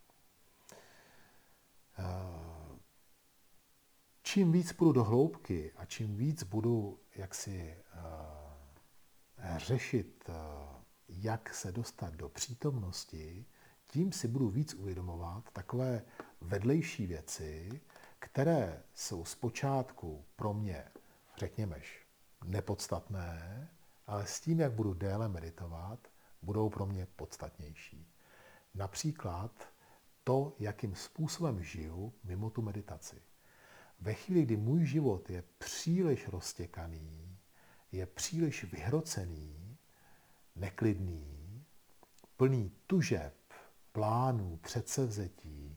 Čím víc půjdu do hloubky a čím víc budu jaksi uh, řešit, uh, jak se dostat do přítomnosti, tím si budu víc uvědomovat takové vedlejší věci, které jsou zpočátku pro mě, řekněme, nepodstatné, ale s tím, jak budu déle meditovat, budou pro mě podstatnější. Například to, jakým způsobem žiju mimo tu meditaci. Ve chvíli, kdy můj život je příliš roztěkaný, je příliš vyhrocený, neklidný, plný tužeb, plánů, předsevzetí,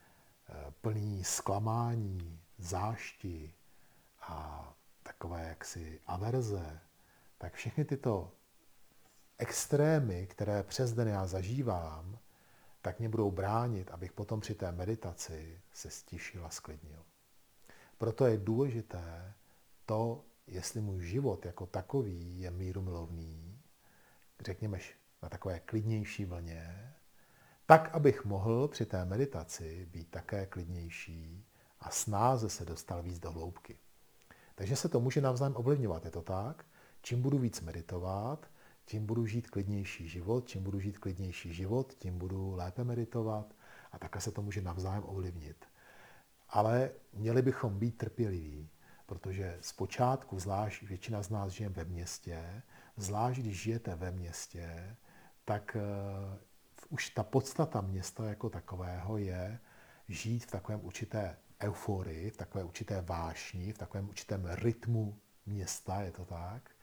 plný zklamání, zášti a takové jaksi averze, tak všechny tyto extrémy, které přes den já zažívám, tak mě budou bránit, abych potom při té meditaci se stišil a sklidnil. Proto je důležité to, jestli můj život jako takový je mírumilovný, řekněme na takové klidnější vlně, tak, abych mohl při té meditaci být také klidnější a snáze se dostal víc do hloubky. Takže se to může navzájem ovlivňovat, je to tak? Čím budu víc meditovat, tím budu žít klidnější život, čím budu žít klidnější život, tím budu lépe meditovat a také se to může navzájem ovlivnit. Ale měli bychom být trpěliví, protože zpočátku, zvlášť většina z nás žije ve městě, zvlášť když žijete ve městě, tak uh, už ta podstata města jako takového je žít v takovém určité euforii, v takové určité vášni, v takovém určitém rytmu města, je to tak.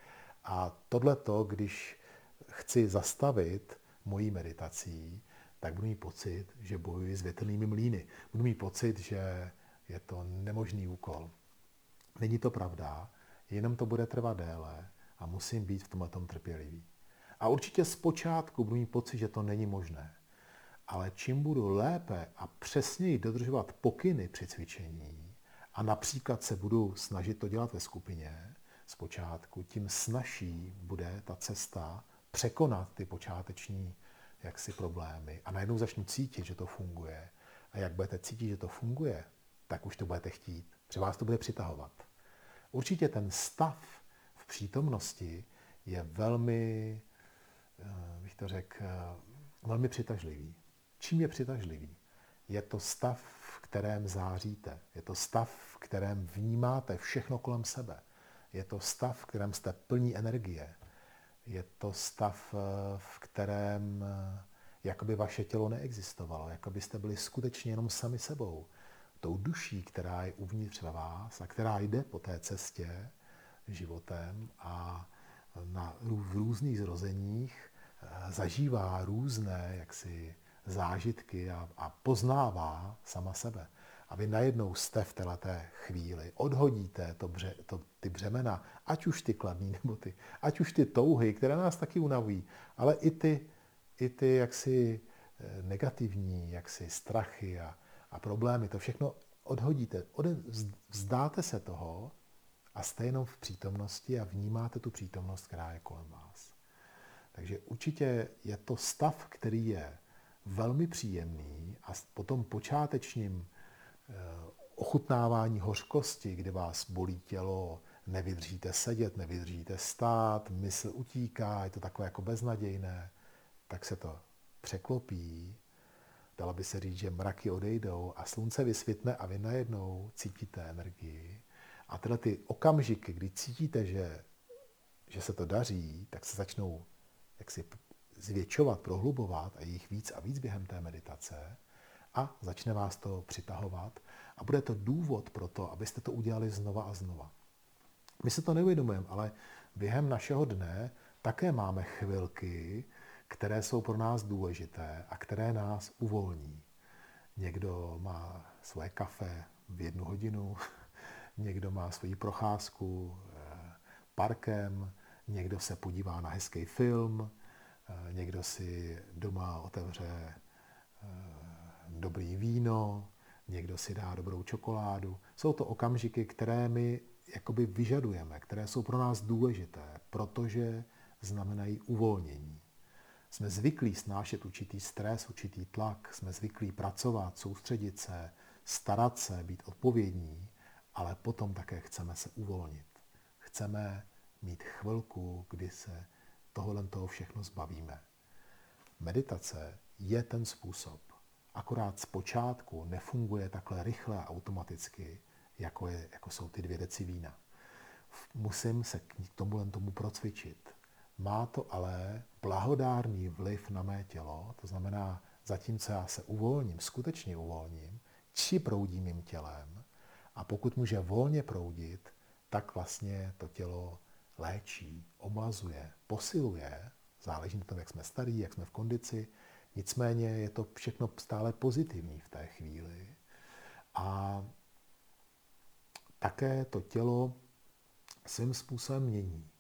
A tohleto, když chci zastavit mojí meditací, tak budu mít pocit, že bojuji s větrnými mlýny. Budu mít pocit, že je to nemožný úkol. Není to pravda, jenom to bude trvat déle a musím být v tomhletom trpělivý. A určitě zpočátku budu mít pocit, že to není možné. Ale čím budu lépe a přesněji dodržovat pokyny při cvičení a například se budu snažit to dělat ve skupině zpočátku, tím snazší bude ta cesta překonat ty počáteční jaksi problémy a najednou začnu cítit, že to funguje. A jak budete cítit, že to funguje, tak už to budete chtít. Třeba vás to bude přitahovat. Určitě ten stav v přítomnosti je velmi, bych to řekl, velmi přitažlivý. Čím je přitažlivý? Je to stav, v kterém záříte. Je to stav, v kterém vnímáte všechno kolem sebe. Je to stav, v kterém jste plní energie. Je to stav, v kterém jakoby vaše tělo neexistovalo, jako byste byli skutečně jenom sami sebou. Tou duší, která je uvnitř ve vás a která jde po té cestě životem a na, v různých zrozeních zažívá různé jaksi zážitky a, a poznává sama sebe. A vy najednou jste v této chvíli, odhodíte to bře, to, ty břemena, ať už ty kladný nebo ty, ať už ty touhy, které nás taky unavují, ale i ty, i ty jaksi negativní jaksi strachy a, a problémy, to všechno odhodíte, ode, vzdáte se toho a jste jenom v přítomnosti a vnímáte tu přítomnost, která je kolem vás. Takže určitě je to stav, který je velmi příjemný a po tom počátečním ochutnávání hořkosti, kdy vás bolí tělo, nevydržíte sedět, nevydržíte stát, mysl utíká, je to takové jako beznadějné, tak se to překlopí, dalo by se říct, že mraky odejdou a slunce vysvitne a vy najednou cítíte energii. A tyhle ty okamžiky, kdy cítíte, že, že se to daří, tak se začnou jaksi zvětšovat, prohlubovat a jich víc a víc během té meditace a začne vás to přitahovat a bude to důvod pro to, abyste to udělali znova a znova. My se to neuvědomujeme, ale během našeho dne také máme chvilky, které jsou pro nás důležité a které nás uvolní. Někdo má svoje kafe v jednu hodinu, někdo má svoji procházku parkem, někdo se podívá na hezký film, někdo si doma otevře dobrý víno, někdo si dá dobrou čokoládu. Jsou to okamžiky, které my jakoby vyžadujeme, které jsou pro nás důležité, protože znamenají uvolnění. Jsme zvyklí snášet určitý stres, určitý tlak, jsme zvyklí pracovat, soustředit se, starat se, být odpovědní, ale potom také chceme se uvolnit. Chceme mít chvilku, kdy se tohle toho všechno zbavíme. Meditace je ten způsob. Akorát zpočátku nefunguje takhle rychle a automaticky, jako, je, jako jsou ty dvě deci vína. Musím se k tomu len tomu procvičit. Má to ale blahodárný vliv na mé tělo, to znamená, zatímco já se uvolním, skutečně uvolním, či proudím mým tělem a pokud může volně proudit, tak vlastně to tělo léčí, omlazuje, posiluje, záleží na tom, jak jsme starí, jak jsme v kondici, nicméně je to všechno stále pozitivní v té chvíli. A také to tělo svým způsobem mění.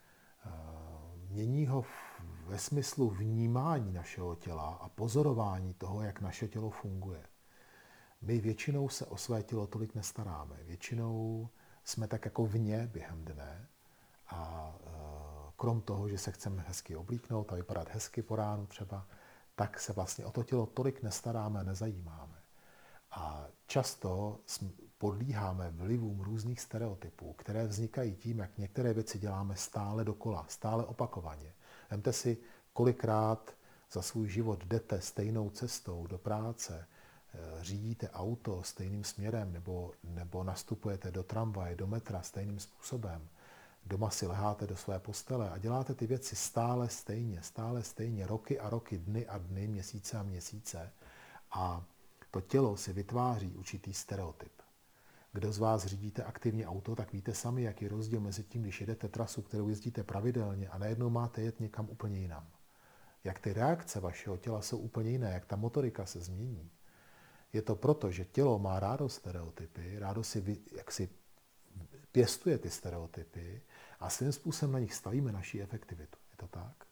Mění ho ve smyslu vnímání našeho těla a pozorování toho, jak naše tělo funguje. My většinou se o své tělo tolik nestaráme. Většinou jsme tak jako vně během dne a krom toho, že se chceme hezky oblíknout a vypadat hezky po ránu třeba, tak se vlastně o to tělo tolik nestaráme a nezajímáme. A často podléháme vlivům různých stereotypů, které vznikají tím, jak některé věci děláme stále dokola, stále opakovaně. Vemte si, kolikrát za svůj život jdete stejnou cestou do práce, řídíte auto stejným směrem nebo, nebo nastupujete do tramvaje, do metra stejným způsobem. Doma si leháte do své postele a děláte ty věci stále stejně, stále stejně, roky a roky, dny a dny, měsíce a měsíce. A to tělo si vytváří určitý stereotyp. Kdo z vás řídíte aktivně auto, tak víte sami, jaký je rozdíl mezi tím, když jedete trasu, kterou jezdíte pravidelně a najednou máte jet někam úplně jinam. Jak ty reakce vašeho těla jsou úplně jiné, jak ta motorika se změní. Je to proto, že tělo má rádo stereotypy, rádo si, jak si pěstuje ty stereotypy a svým způsobem na nich stavíme naši efektivitu. Je to tak?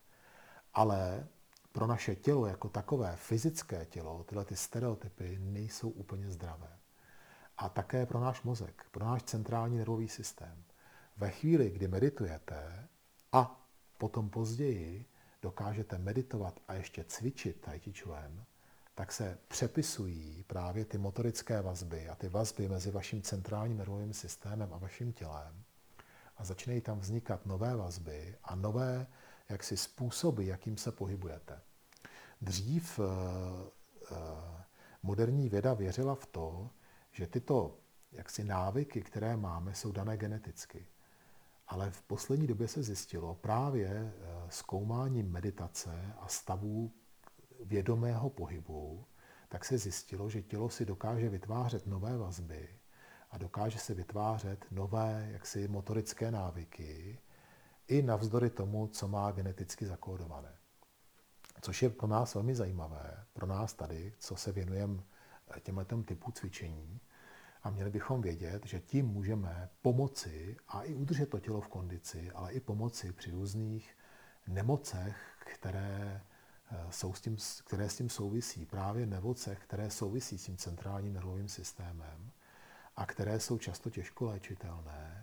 Ale pro naše tělo jako takové, fyzické tělo, tyhle ty stereotypy nejsou úplně zdravé. A také pro náš mozek, pro náš centrální nervový systém. Ve chvíli, kdy meditujete a potom později dokážete meditovat a ještě cvičit Tai Chi Chuan, tak se přepisují právě ty motorické vazby a ty vazby mezi vaším centrálním nervovým systémem a vaším tělem a začínají tam vznikat nové vazby a nové jaksi způsoby, jakým se pohybujete. Dřív eh, moderní věda věřila v to, že tyto jaksi návyky, které máme, jsou dané geneticky. Ale v poslední době se zjistilo právě zkoumáním meditace a stavů vědomého pohybu, tak se zjistilo, že tělo si dokáže vytvářet nové vazby a dokáže se vytvářet nové jaksi motorické návyky i navzdory tomu, co má geneticky zakódované. Což je pro nás velmi zajímavé, pro nás tady, co se věnujeme těmto typu cvičení. A měli bychom vědět, že tím můžeme pomoci a i udržet to tělo v kondici, ale i pomoci při různých nemocech, které, jsou s tím, které s tím souvisí. Právě nemocech, které souvisí s tím centrálním nervovým systémem a které jsou často těžko léčitelné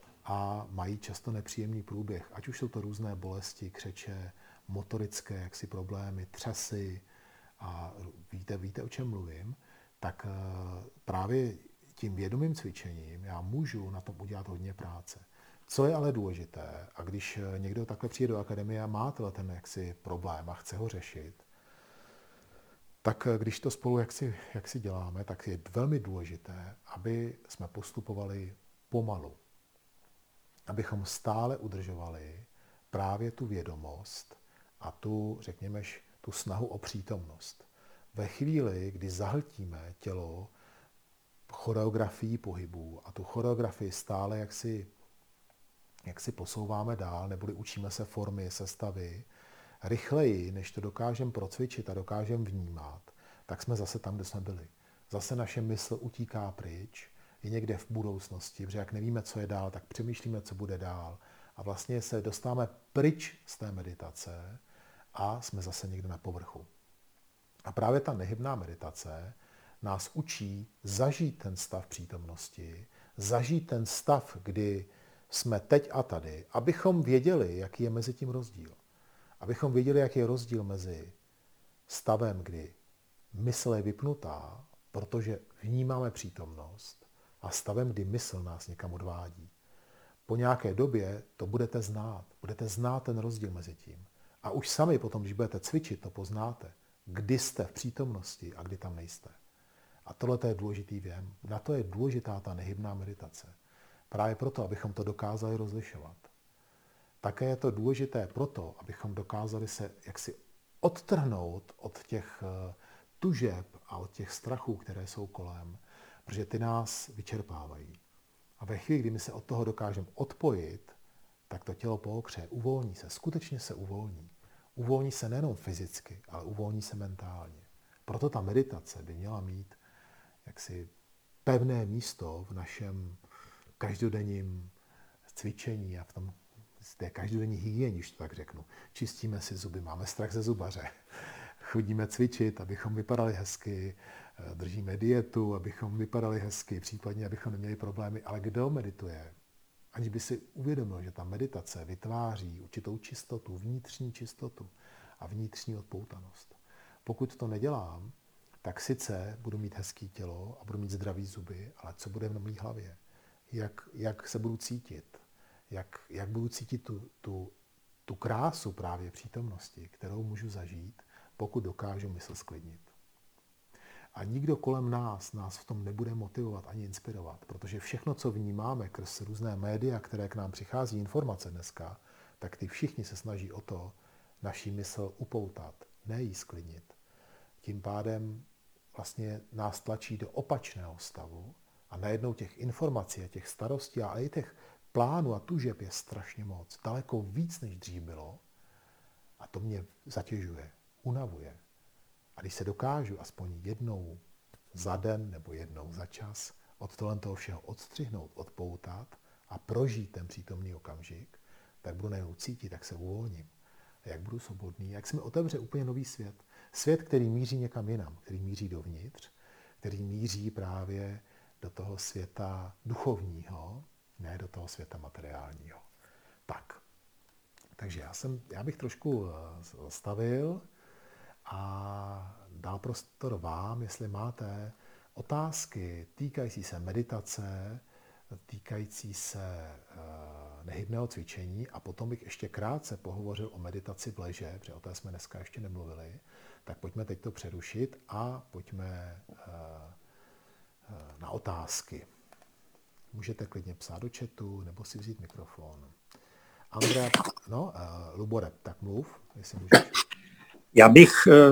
a mají často nepříjemný průběh. Ať už jsou to různé bolesti, křeče, motorické jaksi problémy, třesy a víte, víte, o čem mluvím, tak právě tím vědomým cvičením já můžu na tom udělat hodně práce. Co je ale důležité, a když někdo takhle přijde do akademie a má ten jaksi problém a chce ho řešit, tak když to spolu jaksi, jaksi děláme, tak je velmi důležité, aby jsme postupovali pomalu. Abychom stále udržovali právě tu vědomost a tu, řekněme, tu snahu o přítomnost. Ve chvíli, kdy zahltíme tělo choreografií pohybů a tu choreografii stále jak si, jak si posouváme dál, neboli učíme se formy, sestavy, rychleji, než to dokážeme procvičit a dokážeme vnímat, tak jsme zase tam, kde jsme byli. Zase naše mysl utíká pryč, je někde v budoucnosti, protože jak nevíme, co je dál, tak přemýšlíme, co bude dál. A vlastně se dostáváme pryč z té meditace a jsme zase někde na povrchu. A právě ta nehybná meditace nás učí zažít ten stav přítomnosti, zažít ten stav, kdy jsme teď a tady, abychom věděli, jaký je mezi tím rozdíl. Abychom věděli, jaký je rozdíl mezi stavem, kdy mysl je vypnutá, protože vnímáme přítomnost, a stavem, kdy mysl nás někam odvádí. Po nějaké době to budete znát. Budete znát ten rozdíl mezi tím. A už sami potom, když budete cvičit, to poznáte. Kdy jste v přítomnosti a kdy tam nejste. A tohle je důležitý věm. Na to je důležitá ta nehybná meditace. Právě proto, abychom to dokázali rozlišovat. Také je to důležité proto, abychom dokázali se jaksi odtrhnout od těch tužeb a od těch strachů, které jsou kolem, protože ty nás vyčerpávají. A ve chvíli, kdy my se od toho dokážeme odpojit, tak to tělo pookře, uvolní se, skutečně se uvolní. Uvolní se nejenom fyzicky, ale uvolní se mentálně. Proto ta meditace by měla mít jaksi pevné místo v našem každodenním cvičení a v tom z té každodenní hygieně, když to tak řeknu. Čistíme si zuby, máme strach ze zubaře, chodíme cvičit, abychom vypadali hezky, držíme dietu, abychom vypadali hezky, případně abychom neměli problémy. Ale kdo medituje? Aniž by si uvědomil, že ta meditace vytváří určitou čistotu, vnitřní čistotu a vnitřní odpoutanost. Pokud to nedělám, tak sice budu mít hezké tělo a budu mít zdravý zuby, ale co bude v mé hlavě? Jak, jak se budu cítit? Jak, jak budu cítit tu, tu, tu krásu právě přítomnosti, kterou můžu zažít, pokud dokážu mysl sklidnit. A nikdo kolem nás nás v tom nebude motivovat ani inspirovat, protože všechno, co vnímáme skrz různé média, které k nám přichází informace dneska, tak ty všichni se snaží o to naší mysl upoutat, ne jí sklidnit. Tím pádem vlastně nás tlačí do opačného stavu a najednou těch informací a těch starostí a i těch plánů a tužeb je strašně moc, daleko víc, než dřív bylo, a to mě zatěžuje, unavuje. A když se dokážu aspoň jednou za den nebo jednou za čas od tohle toho všeho odstřihnout, odpoutat a prožít ten přítomný okamžik, tak budu najednou cítit, jak se uvolním, a jak budu svobodný, jak se mi otevře úplně nový svět. Svět, který míří někam jinam, který míří dovnitř, který míří právě do toho světa duchovního, ne do toho světa materiálního. Tak, takže já, jsem, já bych trošku zastavil a dal prostor vám, jestli máte otázky týkající se meditace, týkající se uh, nehybného cvičení, a potom bych ještě krátce pohovořil o meditaci v leže, protože o té jsme dneska ještě nemluvili, tak pojďme teď to přerušit a pojďme uh, uh, na otázky. Můžete klidně psát do chatu, nebo si vzít mikrofon. Andrea, no, uh, Lubore, tak mluv, jestli můžeš. Já bych,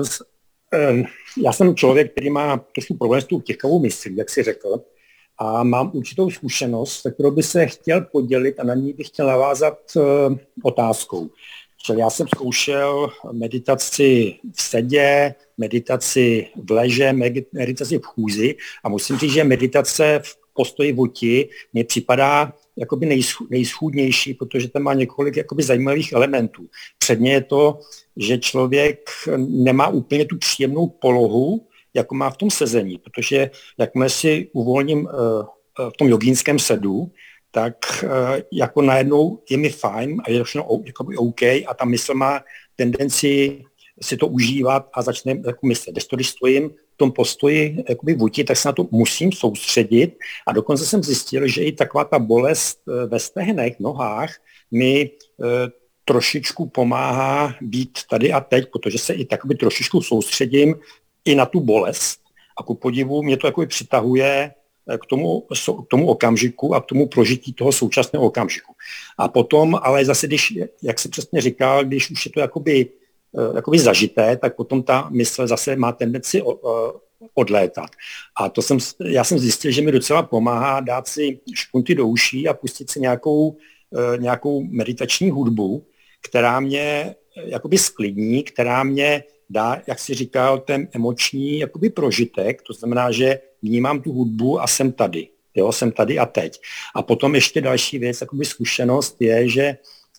já jsem člověk, který má trošku problém s tou těkavou myslí, jak jsi řekl, a mám určitou zkušenost, kterou bych se chtěl podělit a na ní bych chtěl navázat otázkou. Čili já jsem zkoušel meditaci v sedě, meditaci v leže, meditaci v chůzi a musím říct, že meditace v postoji voti mně připadá jakoby nejschůdnější, protože tam má několik jakoby zajímavých elementů. Předně je to, že člověk nemá úplně tu příjemnou polohu, jako má v tom sezení, protože jakmile si uvolním v tom jogínském sedu, tak jako najednou je mi fajn a je všechno jakoby OK a ta mysl má tendenci si to užívat a začne jako myslet. Když to, když stojím v tom postoji jakoby vůti, tak se na to musím soustředit a dokonce jsem zjistil, že i taková ta bolest ve stehnech, nohách mi e, trošičku pomáhá být tady a teď, protože se i takoby trošičku soustředím i na tu bolest a ku podivu mě to jakoby přitahuje k tomu, k tomu okamžiku a k tomu prožití toho současného okamžiku. A potom, ale zase, když, jak jsi přesně říkal, když už je to jakoby jakoby zažité, tak potom ta mysl zase má tendenci odlétat. A to jsem, já jsem zjistil, že mi docela pomáhá dát si špunty do uší a pustit si nějakou, nějakou meditační hudbu, která mě jakoby sklidní, která mě dá, jak jsi říkal, ten emoční jakoby prožitek, to znamená, že vnímám tu hudbu a jsem tady. Jo, jsem tady a teď. A potom ještě další věc, jakoby zkušenost je, že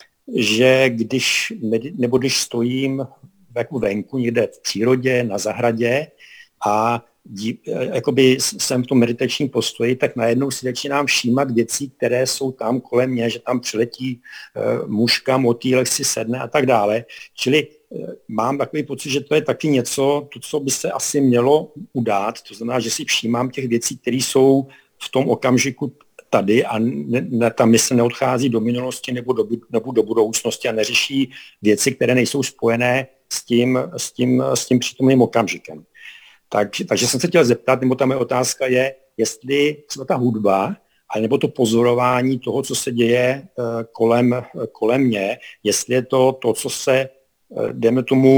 že když, nebo když stojím jako venku někde v přírodě, na zahradě a dí, jakoby jsem v tom meditačním postoji, tak najednou si začínám všímat věcí, které jsou tam kolem mě, že tam přiletí uh, muška, motýlek si sedne a tak dále. Čili uh, mám takový pocit, že to je taky něco, to, co by se asi mělo udát, to znamená, že si všímám těch věcí, které jsou v tom okamžiku tady a ne, ne, ta mysl neodchází do minulosti nebo do, nebo do budoucnosti a neřeší věci, které nejsou spojené s tím, s tím, s tím přítomným okamžikem. Tak, takže jsem se chtěl zeptat, nebo ta moje otázka je, jestli třeba ta hudba, nebo to pozorování toho, co se děje kolem, kolem mě, jestli je to to, co se, dejme tomu,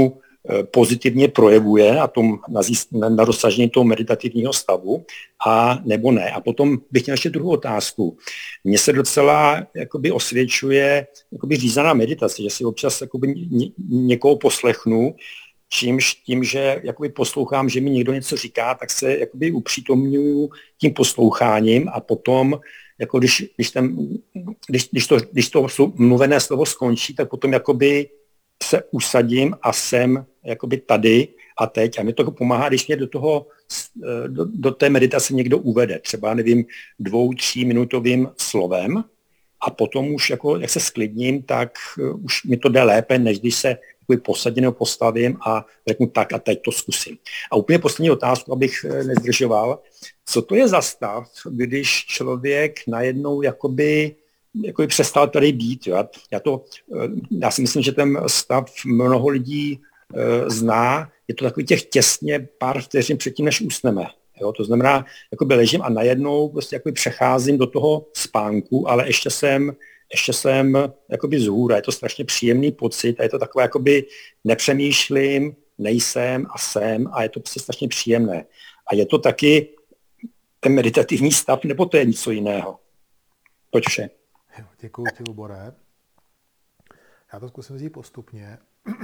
pozitivně projevuje na, tom, na, zís- na dosažení toho meditativního stavu, a nebo ne. A potom bych měl ještě druhou otázku. Mně se docela jakoby osvědčuje jakoby řízená meditace, že si občas jakoby ně, někoho poslechnu, čímž tím, že jakoby poslouchám, že mi někdo něco říká, tak se jakoby upřítomňuju tím posloucháním a potom, jako když, když, ten, když, když, to, když to mluvené slovo skončí, tak potom jakoby se usadím a jsem jakoby tady a teď. A mi to pomáhá, když mě do toho, do, do té meditace někdo uvede, třeba, nevím, dvou, tří minutovým slovem, a potom už, jako, jak se sklidním, tak už mi to jde lépe, než když se posadím nebo postavím a řeknu tak a teď to zkusím. A úplně poslední otázku, abych nezdržoval. Co to je za stav, když člověk najednou jakoby, jakoby přestal tady být? Jo? Já, to, já si myslím, že ten stav mnoho lidí e, zná. Je to takový těch těsně pár vteřin předtím, než usneme. Jo? To znamená, jakoby ležím a najednou prostě jakoby přecházím do toho spánku, ale ještě jsem ještě jsem jakoby zhůra, je to strašně příjemný pocit a je to takové jakoby nepřemýšlím, nejsem a jsem a je to prostě strašně příjemné. A je to taky ten meditativní stav, nebo to je něco jiného? Toť vše. Děkuji ti, Lubore. Já to zkusím vzít postupně.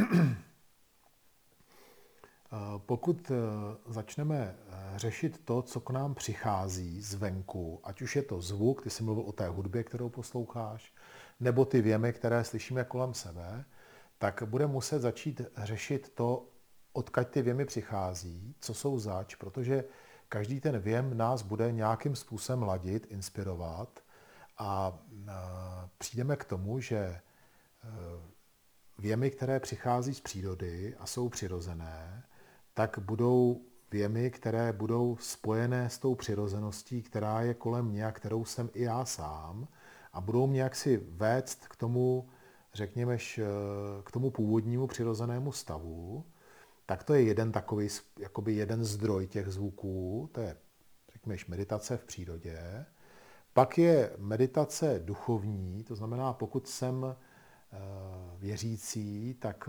Pokud začneme řešit to, co k nám přichází zvenku, ať už je to zvuk, ty jsi mluvil o té hudbě, kterou posloucháš, nebo ty věmy, které slyšíme kolem sebe, tak bude muset začít řešit to, odkud ty věmy přichází, co jsou zač, protože každý ten věm nás bude nějakým způsobem ladit, inspirovat a přijdeme k tomu, že věmy, které přichází z přírody a jsou přirozené, tak budou věmy, které budou spojené s tou přirozeností, která je kolem mě a kterou jsem i já sám, a budou mě jaksi vést k tomu, řekněme, k tomu původnímu přirozenému stavu. Tak to je jeden takový, jakoby jeden zdroj těch zvuků, to je, řekněme, meditace v přírodě. Pak je meditace duchovní, to znamená, pokud jsem věřící, tak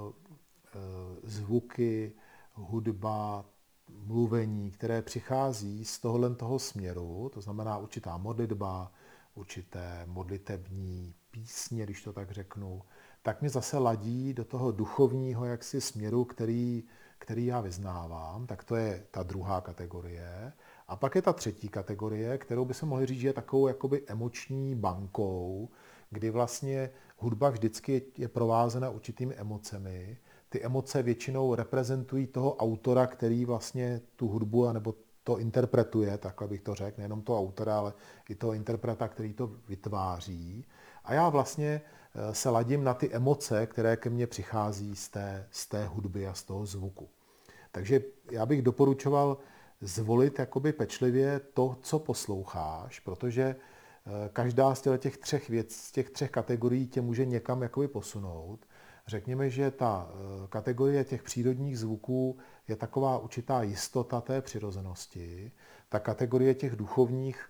zvuky, hudba, mluvení, které přichází z tohohle toho směru, to znamená určitá modlitba, určité modlitební písně, když to tak řeknu, tak mi zase ladí do toho duchovního jaksi směru, který, který já vyznávám, tak to je ta druhá kategorie. A pak je ta třetí kategorie, kterou by se mohli říct, že je takovou jakoby emoční bankou, kdy vlastně hudba vždycky je provázena určitými emocemi. Ty emoce většinou reprezentují toho autora, který vlastně tu hudbu nebo to interpretuje, takhle bych to řekl, nejenom toho autora, ale i toho interpreta, který to vytváří. A já vlastně se ladím na ty emoce, které ke mně přichází z té, z té hudby a z toho zvuku. Takže já bych doporučoval zvolit jakoby pečlivě to, co posloucháš, protože každá z těch třech věc, z těch třech kategorií tě může někam jakoby posunout. Řekněme, že ta kategorie těch přírodních zvuků je taková určitá jistota té přirozenosti. Ta kategorie těch duchovních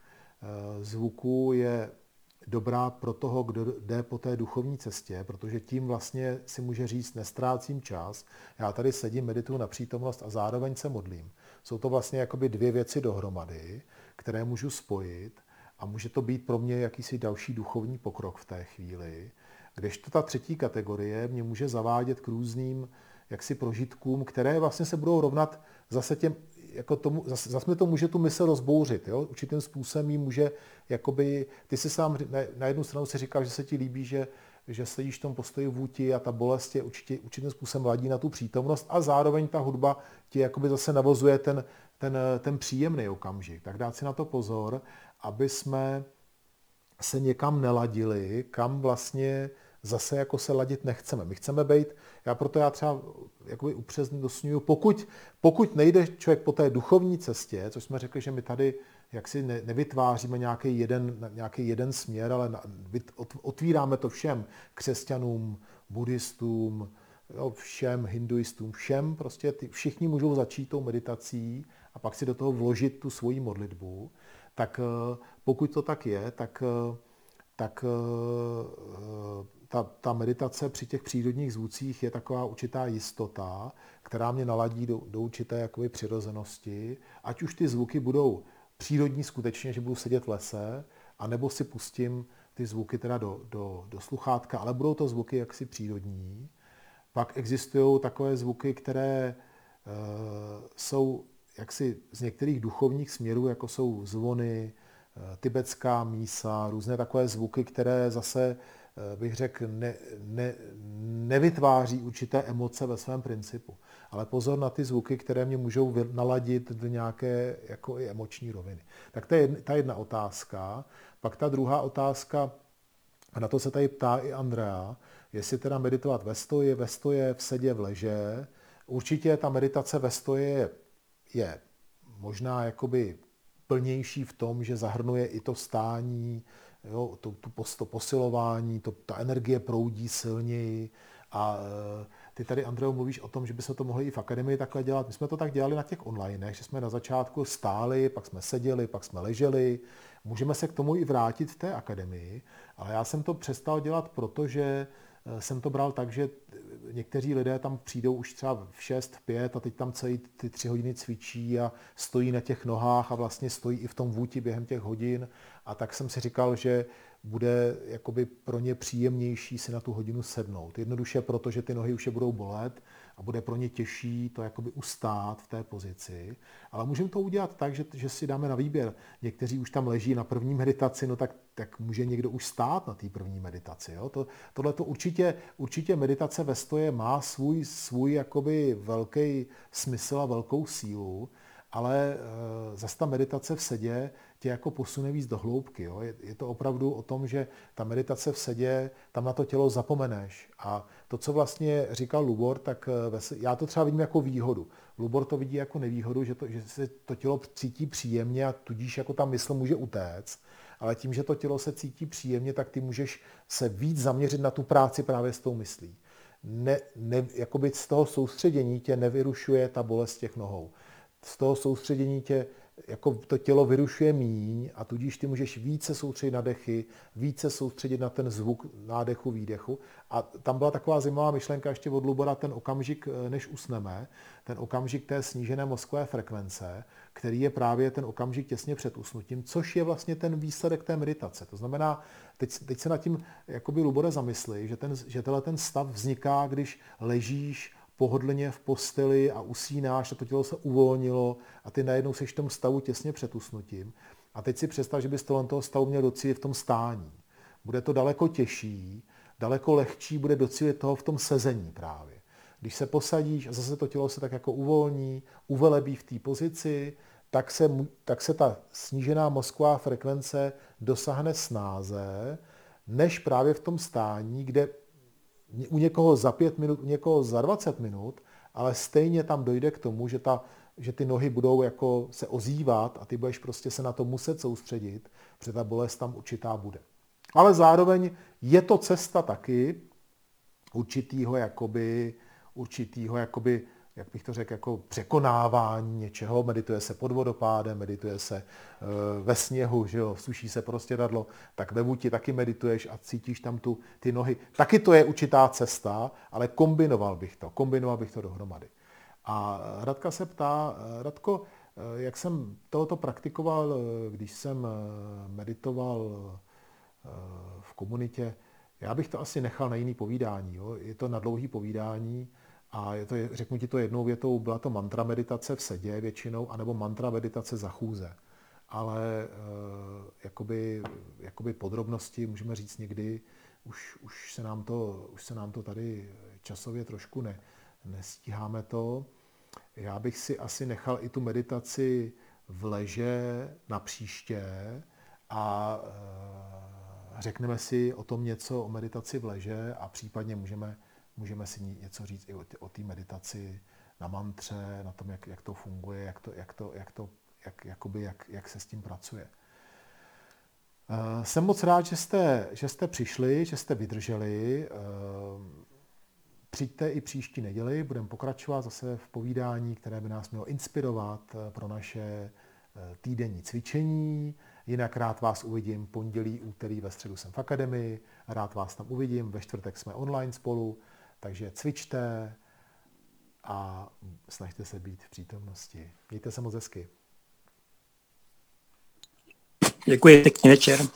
zvuků je dobrá pro toho, kdo jde po té duchovní cestě, protože tím vlastně si může říct, nestrácím čas, já tady sedím, medituju na přítomnost a zároveň se modlím. Jsou to vlastně jakoby dvě věci dohromady, které můžu spojit a může to být pro mě jakýsi další duchovní pokrok v té chvíli. Kdežto ta třetí kategorie mě může zavádět k různým jaksi prožitkům, které vlastně se budou rovnat zase těm, jako tomu, zase, zase mi to může tu mysl rozbouřit, jo? Určitým způsobem jí může, jakoby, ty si sám na, na jednu stranu si říkal, že se ti líbí, že, že sedíš v tom postoji vůti a ta bolest je určitě, určitým způsobem ladí na tu přítomnost a zároveň ta hudba ti jakoby zase navozuje ten, ten, ten příjemný okamžik. Tak dát si na to pozor, aby jsme se někam neladili, kam vlastně zase jako se ladit nechceme. My chceme být, já proto já třeba jakoby upřesňuji, pokud, pokud nejde člověk po té duchovní cestě, což jsme řekli, že my tady jaksi ne, nevytváříme nějaký jeden, nějaký jeden směr, ale na, otvíráme to všem křesťanům, buddhistům, jo, všem hinduistům, všem, prostě ty, všichni můžou začít tou meditací a pak si do toho vložit tu svoji modlitbu. Tak pokud to tak je, tak, tak ta, ta meditace při těch přírodních zvucích je taková určitá jistota, která mě naladí do, do určité jakoby přirozenosti, ať už ty zvuky budou přírodní skutečně, že budu sedět v lese, anebo si pustím ty zvuky teda do, do, do sluchátka, ale budou to zvuky jaksi přírodní. Pak existují takové zvuky, které uh, jsou jaksi z některých duchovních směrů, jako jsou zvony, uh, tibetská mísa, různé takové zvuky, které zase, uh, bych řekl, ne, ne, nevytváří určité emoce ve svém principu. Ale pozor na ty zvuky, které mě můžou naladit do nějaké jako i emoční roviny. Tak to je jedna, ta jedna otázka. Pak ta druhá otázka, a na to se tady ptá i Andrea, jestli teda meditovat ve stoji, ve stoje, v sedě, v leže. Určitě ta meditace ve stoje je možná jakoby plnější v tom, že zahrnuje i to stání, jo, to, to posilování, to, ta energie proudí silněji. A ty tady, Andreo, mluvíš o tom, že by se to mohli i v akademii takhle dělat. My jsme to tak dělali na těch online, že jsme na začátku stáli, pak jsme seděli, pak jsme leželi. Můžeme se k tomu i vrátit v té akademii, ale já jsem to přestal dělat, protože jsem to bral tak, že někteří lidé tam přijdou už třeba v šest, v pět a teď tam celý ty tři hodiny cvičí a stojí na těch nohách a vlastně stojí i v tom vůti během těch hodin. A tak jsem si říkal, že bude jakoby pro ně příjemnější si na tu hodinu sednout. Jednoduše proto, že ty nohy už je budou bolet a bude pro ně těžší to jakoby ustát v té pozici. Ale můžeme to udělat tak, že, že si dáme na výběr. Někteří už tam leží na první meditaci, no tak, tak může někdo už stát na té první meditaci. Jo? To, tohle to určitě, určitě meditace ve stoje má svůj, svůj jakoby velký smysl a velkou sílu, ale e, zase ta meditace v sedě tě jako posune víc do hloubky. Jo? Je, je to opravdu o tom, že ta meditace v sedě, tam na to tělo zapomeneš. A to, co vlastně říkal Lubor, tak ve, já to třeba vidím jako výhodu. Lubor to vidí jako nevýhodu, že, to, že se to tělo cítí příjemně a tudíž jako ta mysl může utéct. Ale tím, že to tělo se cítí příjemně, tak ty můžeš se víc zaměřit na tu práci právě s tou myslí. Ne, ne, jakoby z toho soustředění tě nevyrušuje ta bolest těch nohou. Z toho soustředění tě jako to tělo vyrušuje míň a tudíž ty můžeš více soustředit na dechy, více soustředit na ten zvuk nádechu, výdechu. A tam byla taková zajímavá myšlenka ještě od Lubora, ten okamžik, než usneme, ten okamžik té snížené mozkové frekvence, který je právě ten okamžik těsně před usnutím, což je vlastně ten výsledek té meditace. To znamená, teď, teď se nad tím jakoby Lubore zamysli, že, ten, že tenhle ten stav vzniká, když ležíš pohodlně v posteli a usínáš a to tělo se uvolnilo a ty najednou seš v tom stavu těsně před usnutím. A teď si představ, že bys toho stavu měl docílit v tom stání. Bude to daleko těžší, daleko lehčí bude docílit toho v tom sezení právě. Když se posadíš a zase to tělo se tak jako uvolní, uvelebí v té pozici, tak se, tak se ta snížená mozková frekvence dosáhne snáze, než právě v tom stání, kde u někoho za pět minut, u někoho za dvacet minut, ale stejně tam dojde k tomu, že, ta, že ty nohy budou jako se ozývat a ty budeš prostě se na to muset soustředit, protože ta bolest tam určitá bude. Ale zároveň je to cesta taky určitýho jakoby, určitýho jakoby, jak bych to řekl, jako překonávání něčeho. Medituje se pod vodopádem, medituje se ve sněhu, že jo, suší se prostěradlo, tak ve vůti taky medituješ a cítíš tam tu, ty nohy. Taky to je určitá cesta, ale kombinoval bych to, kombinoval bych to dohromady. A Radka se ptá, Radko, jak jsem tohoto praktikoval, když jsem meditoval v komunitě, já bych to asi nechal na jiný povídání. Jo? Je to na dlouhý povídání a je to, řeknu ti to jednou větou, byla to mantra meditace v sedě většinou, anebo mantra meditace za chůze. Ale e, jakoby, jakoby podrobnosti můžeme říct někdy, už, už, se nám to, už se nám to tady časově trošku ne, nestíháme to. Já bych si asi nechal i tu meditaci v leže na příště a e, řekneme si o tom něco o meditaci v leže a případně můžeme, můžeme si něco říct i o té meditaci na mantře, na tom, jak, jak to funguje, jak, to, jak, to, jak, to, jak, jakoby, jak, jak se s tím pracuje. E, jsem moc rád, že jste, že jste přišli, že jste vydrželi. E, Přijďte i příští neděli, budeme pokračovat zase v povídání, které by nás mělo inspirovat pro naše týdenní cvičení. Jinak rád vás uvidím pondělí, úterý, ve středu jsem v akademii, rád vás tam uvidím, ve čtvrtek jsme online spolu, takže cvičte a snažte se být v přítomnosti. Mějte se moc hezky. Děkuji, pěkný večer.